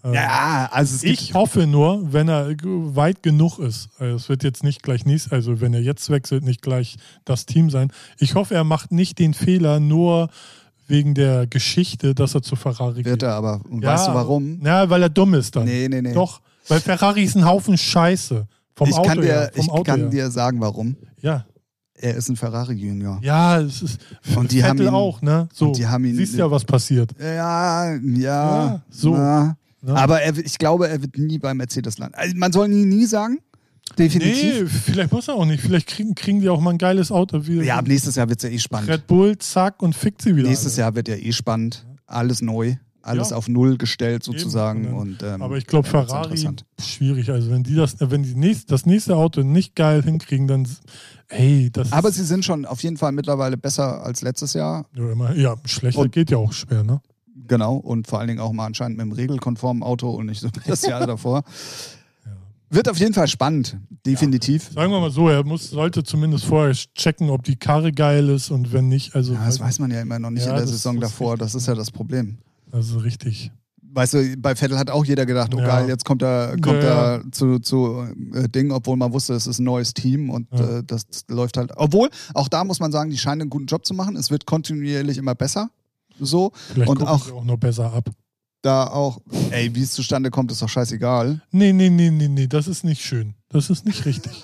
Ja, also ich hoffe nur, wenn er weit genug ist, also es wird jetzt nicht gleich also wenn er jetzt wechselt, nicht gleich das Team sein. Ich hoffe, er macht nicht den Fehler nur wegen der Geschichte, dass er zu Ferrari geht. Wird er aber. Und weißt du warum? Ja, weil er dumm ist dann. Nee. Doch, weil Ferrari ist ein Haufen Scheiße. Ich kann dir sagen, warum. Ja. Er ist ein Ferrari-Junior. Ja, es ist. Und die haben ihn auch, ne? So, und die haben ihn, siehst ja, was passiert. Ja. So. Ja. Aber ich glaube, er wird nie bei Mercedes landen. Also man soll nie sagen. Definitiv. Nee, vielleicht muss er auch nicht. Vielleicht kriegen die auch mal ein geiles Auto. Ja, ab nächstes Jahr wird es ja spannend. Red Bull, zack, und fickt sie wieder. Nächstes Jahr wird ja spannend. Alles neu. Alles auf Null gestellt sozusagen. Aber ich glaube, Ferrari schwierig. Also wenn die das nächste Auto nicht geil hinkriegen, dann Aber sie sind schon auf jeden Fall mittlerweile besser als letztes Jahr. Ja, schlechter geht ja auch schwer, ne? Genau, und vor allen Dingen auch mal anscheinend mit einem regelkonformen Auto und nicht so wie das Jahr davor. Ja. Wird auf jeden Fall spannend, definitiv. Ja. Sagen wir mal so, sollte zumindest vorher checken, ob die Karre geil ist und wenn nicht, also... Ja, das weiß man ja immer noch nicht in der Saison davor, das ist ja das Problem. Also richtig. Weißt du, bei Vettel hat auch jeder gedacht, geil, jetzt kommt er zu Ding, obwohl man wusste, es ist ein neues Team und das läuft halt. Obwohl, auch da muss man sagen, die scheinen einen guten Job zu machen. Es wird kontinuierlich immer besser. So. Vielleicht und auch noch besser ab. Da auch, wie es zustande kommt, ist doch scheißegal. Nee, das ist nicht schön. Das ist nicht richtig.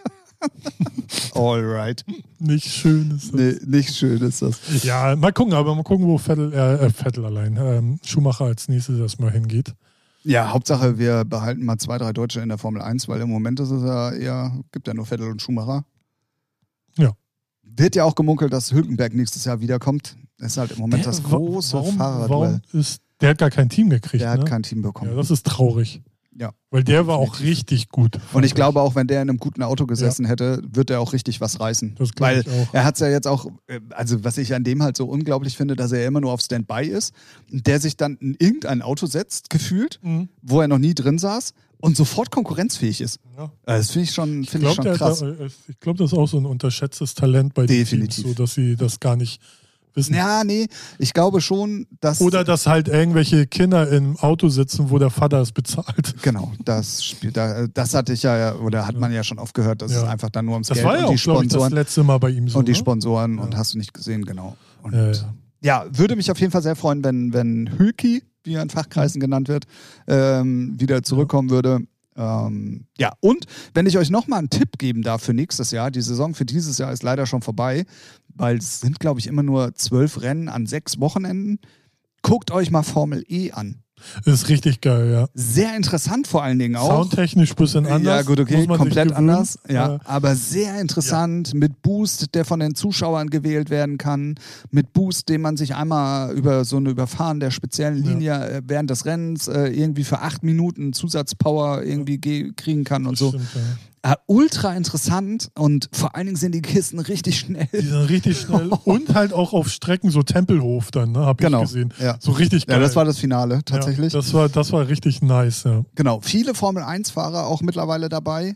Alright. Nicht schön ist das. Nee, nicht schön ist das. Ja, mal gucken, wo Vettel allein, Schumacher als nächstes erstmal hingeht. Ja, Hauptsache, wir behalten mal 2, 3 Deutsche in der Formel 1, weil im Moment ist es ja eher, gibt ja nur Vettel und Schumacher. Ja. Wird ja auch gemunkelt, dass Hülkenberg nächstes Jahr wiederkommt. Das ist halt im Moment das große Fahrradduell. Der hat gar kein Team gekriegt. Der hat kein Team bekommen. Ja, das ist traurig. Ja. Weil der war auch richtig gut. Und ich glaube auch, wenn der in einem guten Auto gesessen hätte, wird er auch richtig was reißen. Das glaube ich auch. Er hat es ja jetzt auch, also was ich an dem halt so unglaublich finde, dass er ja immer nur auf Standby ist und der sich dann in irgendein Auto setzt, gefühlt, wo er noch nie drin saß und sofort konkurrenzfähig ist. Ja. Das finde ich schon krass. Ich glaube, das ist auch so ein unterschätztes Talent bei den Teams, so dass sie das gar nicht wissen. Ja, nee, ich glaube schon, dass... Oder dass halt irgendwelche Kinder im Auto sitzen, wo der Vater es bezahlt. Genau, das hatte ich hat man ja schon oft gehört, dass es einfach dann nur ums Geld war ja und die auch, Sponsoren. Ich, das letzte Mal bei ihm so. Und die Sponsoren und hast du nicht gesehen, genau. Und würde mich auf jeden Fall sehr freuen, wenn Hülki, wie er in Fachkreisen genannt wird, wieder zurückkommen würde. Und wenn ich euch nochmal einen Tipp geben darf für nächstes Jahr, die Saison für dieses Jahr ist leider schon vorbei, weil es sind, glaube ich, immer nur 12 Rennen an 6 Wochenenden. Guckt euch mal Formel E an. Das ist richtig geil, ja. Sehr interessant vor allen Dingen auch. Soundtechnisch ein bisschen anders. Ja, gut, okay, komplett anders. Ja, aber sehr interessant, mit Boost, der von den Zuschauern gewählt werden kann, mit Boost, den man sich einmal über so eine Überfahren der speziellen Linie während des Rennens irgendwie für 8 Minuten Zusatzpower irgendwie kriegen kann und so. Stimmt, ultra interessant und vor allen Dingen sind die Kisten richtig schnell. Die sind richtig schnell und halt auch auf Strecken, so Tempelhof dann, ne, habe ich gesehen. Ja. So richtig geil. Ja, das war das Finale tatsächlich. Ja, das war richtig nice, ja. Genau, viele Formel-1-Fahrer auch mittlerweile dabei.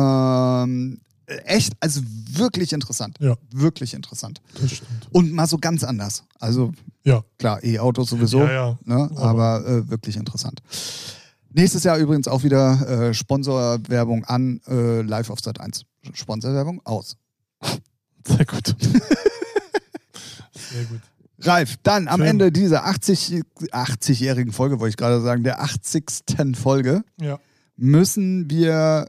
Echt, also wirklich interessant. Ja. Wirklich interessant. Das stimmt. Und mal so ganz anders. Also klar, E-Autos sowieso, ne, aber wirklich interessant. Nächstes Jahr übrigens auch wieder Sponsorwerbung an, live auf Sat.1. Sponsorwerbung aus. Sehr gut. Sehr gut. Ralf, dann am Ende dieser 80-jährigen Folge, wollte ich gerade sagen, der 80. Folge, müssen wir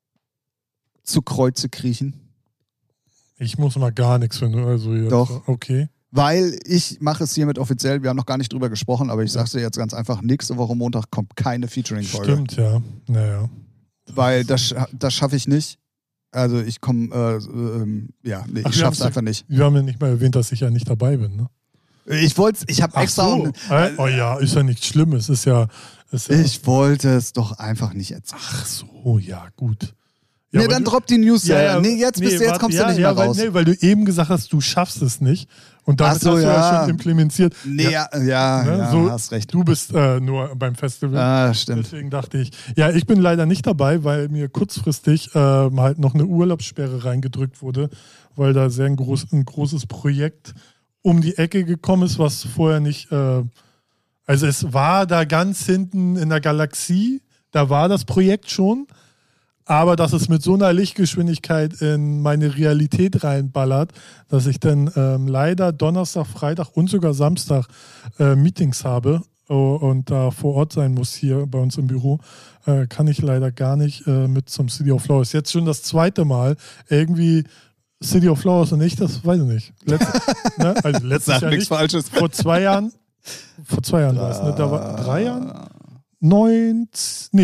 zu Kreuze kriechen. Ich muss mal gar nichts finden. Also jetzt. Doch. Okay. Weil ich mache es hiermit offiziell, wir haben noch gar nicht drüber gesprochen, aber ich sage es dir jetzt ganz einfach, nächste Woche Montag kommt keine Featuring-Folge. Stimmt, ja. Naja. Weil das schaffe ich nicht. Also ich komme, ich schaffe es einfach nicht. Wir haben ja nicht mal erwähnt, dass ich ja nicht dabei bin, ne? Ich habe extra... So. Ja, ist ja nichts Schlimmes. Ich wollte es doch einfach nicht erzählen. Ach so, ja, gut. Ja, nee, dann drop die News. Jetzt kommst du nicht mehr raus. Weil du eben gesagt hast, du schaffst es nicht. Und damit hast du ja schon implementiert. Nee, hast recht. Du bist nur beim Festival. Ah, stimmt. Deswegen dachte ich, ich bin leider nicht dabei, weil mir kurzfristig halt noch eine Urlaubssperre reingedrückt wurde, weil da sehr ein großes Projekt um die Ecke gekommen ist, was vorher nicht Also es war da ganz hinten in der Galaxie, da war das Projekt schon, aber dass es mit so einer Lichtgeschwindigkeit in meine Realität reinballert, dass ich dann leider Donnerstag, Freitag und sogar Samstag Meetings habe und da vor Ort sein muss hier bei uns im Büro, kann ich leider gar nicht mit zum City of Flowers. Jetzt schon das zweite Mal irgendwie City of Flowers und ich, das weiß ich nicht. Also letztes Jahr nicht. Falsches. Vor 2 Jahren war es, ne? Da war 3 Jahren? 19,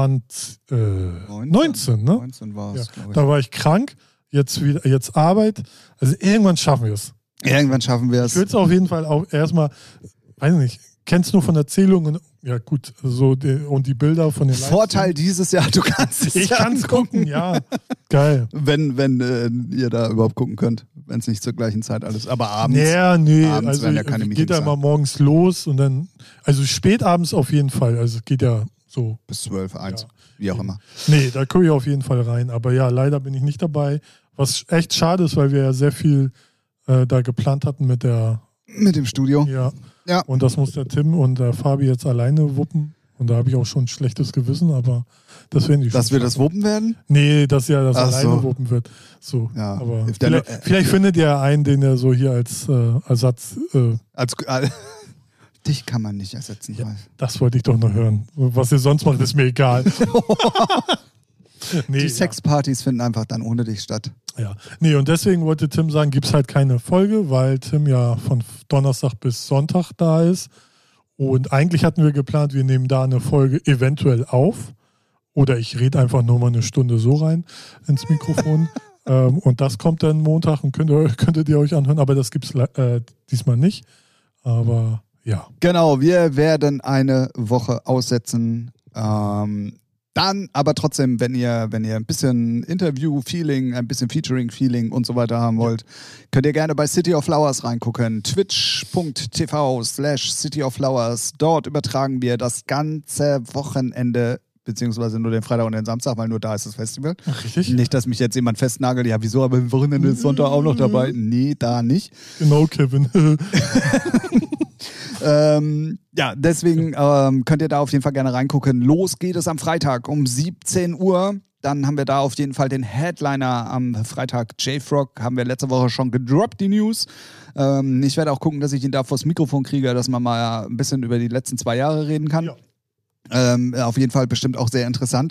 ne? 19 war es, ja. Da war ich krank, jetzt Arbeit. Also irgendwann schaffen wir es. Irgendwann schaffen wir es. Ich würde es auf jeden Fall auch erstmal, weiß nicht, kennst nur von Erzählungen, ja gut, und die Bilder von den Vorteil dieses Jahr, du kannst es Ich kann es gucken, ja. Geil. Wenn ihr da überhaupt gucken könnt, wenn es nicht zur gleichen Zeit alles, aber abends. Ja, nee, abends also werden ja keine geht da immer morgens los und dann, also spätabends auf jeden Fall, also es geht ja so. Bis 12, 1, wie auch immer. Nee, da gucke ich auf jeden Fall rein, aber ja, leider bin ich nicht dabei, was echt schade ist, weil wir ja sehr viel da geplant hatten mit dem Studio. Ja. Und das muss der Tim und der Fabi jetzt alleine wuppen. Und da habe ich auch schon ein schlechtes Gewissen, aber das werden die schon. Dass wir das wuppen werden? Nee, dass ja das alleine wuppen wird. So. Ja. Aber vielleicht findet ihr einen, den er so hier als Ersatz. Dich kann man nicht ersetzen. Ja, das wollte ich doch noch hören. Was ihr sonst macht, ist mir egal. Die Sexpartys finden einfach dann ohne dich statt. Ja, nee, und deswegen wollte Tim sagen, gibt es halt keine Folge, weil Tim ja von Donnerstag bis Sonntag da ist. Und eigentlich hatten wir geplant, wir nehmen da eine Folge eventuell auf. Oder ich rede einfach nur mal eine Stunde so rein ins Mikrofon. Und das kommt dann Montag und könntet ihr euch anhören. Aber das gibt es diesmal nicht. Aber ja. Genau, wir werden eine Woche aussetzen. Dann aber trotzdem, wenn ihr ein bisschen Interview-Feeling, ein bisschen Featuring-Feeling und so weiter haben wollt, könnt ihr gerne bei City of Flowers reingucken. Twitch.tv/City of Flowers. Dort übertragen wir das ganze Wochenende, beziehungsweise nur den Freitag und den Samstag, weil nur da ist das Festival. Ach, richtig? Nicht, dass mich jetzt jemand festnagelt, ja wieso, aber am Wochenende ist Sonntag auch noch dabei. Nee, da nicht. Genau, Kevin. Ja, deswegen könnt ihr da auf jeden Fall gerne reingucken. Los geht es am Freitag um 17 Uhr. Dann haben wir da auf jeden Fall den Headliner am Freitag. J-Frog haben wir letzte Woche schon gedroppt, die News. Ich werde auch gucken, dass ich ihn da vors Mikrofon kriege, dass man mal ein bisschen über die letzten 2 Jahre reden kann. Ja. Auf jeden Fall bestimmt auch sehr interessant.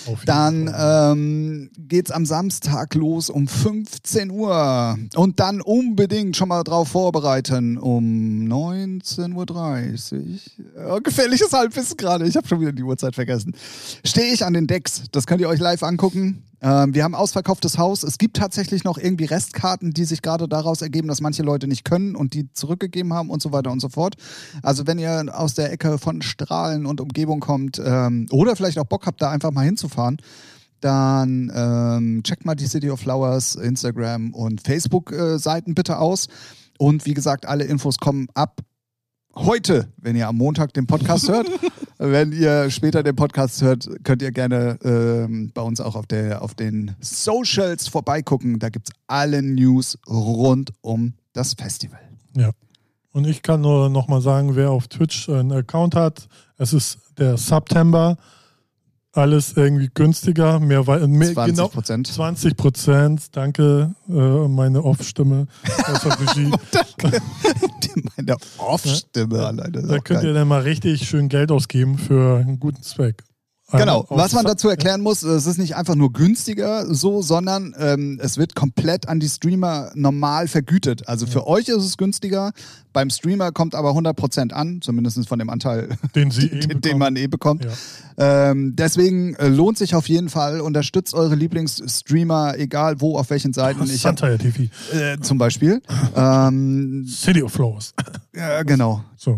Dann geht's am Samstag los um 15 Uhr. Und dann unbedingt schon mal drauf vorbereiten um 19.30 Uhr. Gefährliches Halbwissen gerade. Ich habe schon wieder die Uhrzeit vergessen. Stehe ich an den Decks. Das könnt ihr euch live angucken. Wir haben ausverkauftes Haus. Es gibt tatsächlich noch irgendwie Restkarten, die sich gerade daraus ergeben, dass manche Leute nicht können und die zurückgegeben haben und so weiter und so fort. Also wenn ihr aus der Ecke von Strahlen und Umgebung kommt oder vielleicht auch Bock habt, da einfach mal hinzufahren, dann checkt mal die City of Flowers Instagram und Facebook-Seiten bitte aus. Und wie gesagt, alle Infos kommen ab heute, wenn ihr am Montag den Podcast hört. Wenn ihr später den Podcast hört, könnt ihr gerne bei uns auch auf den Socials vorbeigucken. Da gibt es alle News rund um das Festival. Ja. Und ich kann nur nochmal sagen, wer auf Twitch einen Account hat, es ist der September. Alles irgendwie günstiger, mehr 20%. Genau, 20%, danke, meine Off-Stimme aus der Regie. Danke. Meine Off-Stimme alleine. Da könnt ihr dann mal richtig schön Geld ausgeben für einen guten Zweck. Genau, was man dazu erklären muss, es ist nicht einfach nur günstiger so, sondern es wird komplett an die Streamer normal vergütet. Also für euch ist es günstiger, beim Streamer kommt aber 100% an, zumindest von dem Anteil, den man bekommt. Ja. Deswegen lohnt sich auf jeden Fall, unterstützt eure Lieblingsstreamer, egal wo, auf welchen Seiten. Santaya TV. Zum Beispiel. City of Flowers. Genau. So.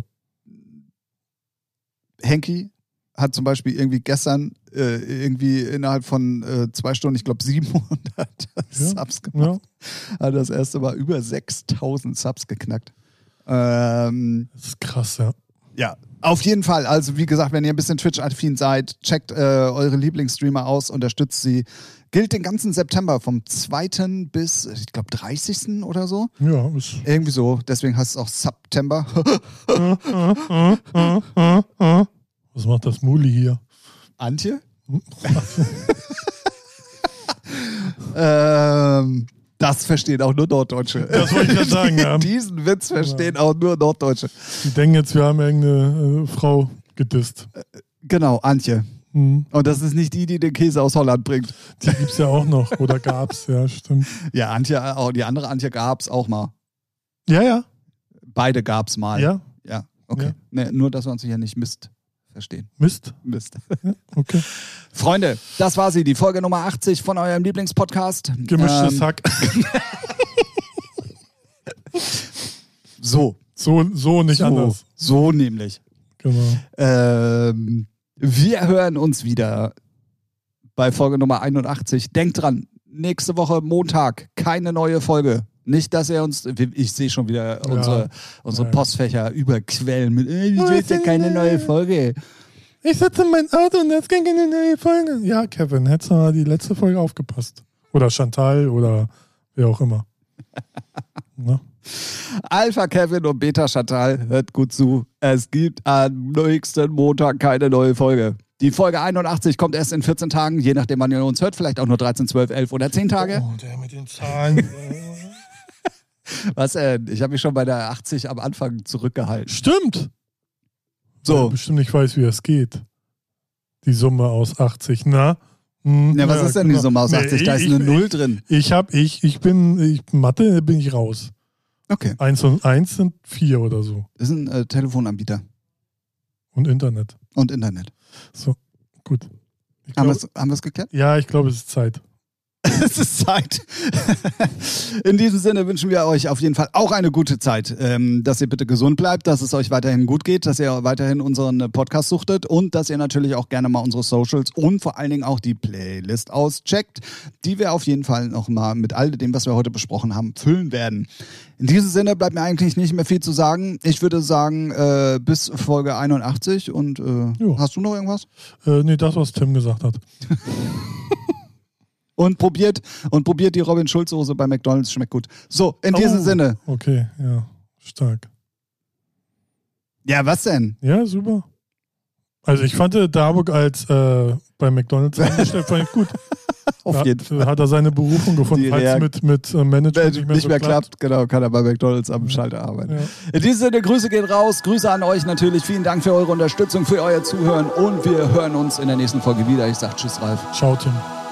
Henki hat zum Beispiel irgendwie gestern irgendwie innerhalb von 2 Stunden, ich glaube 700 Subs gemacht. Ja. Hat das erste Mal über 6000 Subs geknackt. Das ist krass, ja. Ja, auf jeden Fall. Also wie gesagt, wenn ihr ein bisschen Twitch-affin seid, checkt eure Lieblingsstreamer aus, unterstützt sie. Gilt den ganzen September, vom 2. bis, ich glaube, 30. oder so. Ja, ist. Irgendwie so, deswegen heißt es auch September. Was macht das Muli hier? Antje? Das verstehen auch nur Norddeutsche. Das wollte ich ja sagen, ja. Diesen Witz verstehen auch nur Norddeutsche. Die denken jetzt, wir haben irgendeine Frau gedisst. Genau, Antje. Und das ist nicht die den Käse aus Holland bringt. Die gibt's ja auch noch. Oder gab's, ja, stimmt. Ja, Antje, auch die andere Antje gab's auch mal. Ja. Beide gab's mal. Ja. Ja, okay. Ja. Nee, nur, dass wir uns hier nicht verstehen. Mist. Ja, okay. Freunde, das war sie, die Folge Nummer 80 von eurem Lieblingspodcast. Gemischtes Hack. So nicht anders. So nämlich. Genau. Wir hören uns wieder bei Folge Nummer 81. Denkt dran, nächste Woche Montag keine neue Folge. Nicht, dass ihr uns, ich sehe schon wieder unsere Postfächer überquellen mit, wieso ist ja keine neue Folge? Ich sitze in mein Auto und das ging keine neue Folge. Ja, Kevin, hättest du mal die letzte Folge aufgepasst. Oder Chantal oder wer auch immer. Na? Alpha Kevin und Beta Chantal, hört gut zu. Es gibt am nächsten Montag keine neue Folge. Die Folge 81 kommt erst in 14 Tagen, je nachdem, wann ihr uns hört. Vielleicht auch nur 13, 12, 11 oder 10 Tage. Oh, der mit den Zahlen. Was denn? Ich habe mich schon bei der 80 am Anfang zurückgehalten. Stimmt. So. Weil du bestimmt nicht weiß, wie das geht. Die Summe aus 80, na? Ja, was ist denn die Summe aus 80? Da ist eine Null drin. Mathe bin ich raus. Okay. 1 und 1 sind 4 oder so. Das ist ein Telefonanbieter. Und Internet. So, gut. Haben wir es geklärt? Ja, ich glaube, es ist Zeit. Es ist Zeit. In diesem Sinne wünschen wir euch auf jeden Fall auch eine gute Zeit. Dass ihr bitte gesund bleibt, dass es euch weiterhin gut geht, dass ihr weiterhin unseren Podcast suchtet und dass ihr natürlich auch gerne mal unsere Socials und vor allen Dingen auch die Playlist auscheckt, die wir auf jeden Fall noch mal mit all dem, was wir heute besprochen haben, füllen werden. In diesem Sinne bleibt mir eigentlich nicht mehr viel zu sagen. Ich würde sagen, bis Folge 81 und hast du noch irgendwas? Nee, das, was Tim gesagt hat. Und probiert die Robin-Schulz-Soße bei McDonald's, schmeckt gut. So, in diesem Sinne. Okay, ja, stark. Ja, was denn? Ja, super. Also ich fand Darburg als bei McDonald's angestellt, fand ich gut. Auf jeden Fall. Hat er seine Berufung gefunden, falls mit Management nicht mehr klappt. Genau, kann er bei McDonald's am Schalter arbeiten. Ja. In diesem Sinne, Grüße gehen raus. Grüße an euch natürlich. Vielen Dank für eure Unterstützung, für euer Zuhören und wir hören uns in der nächsten Folge wieder. Ich sag Tschüss, Ralf. Ciao, Tim.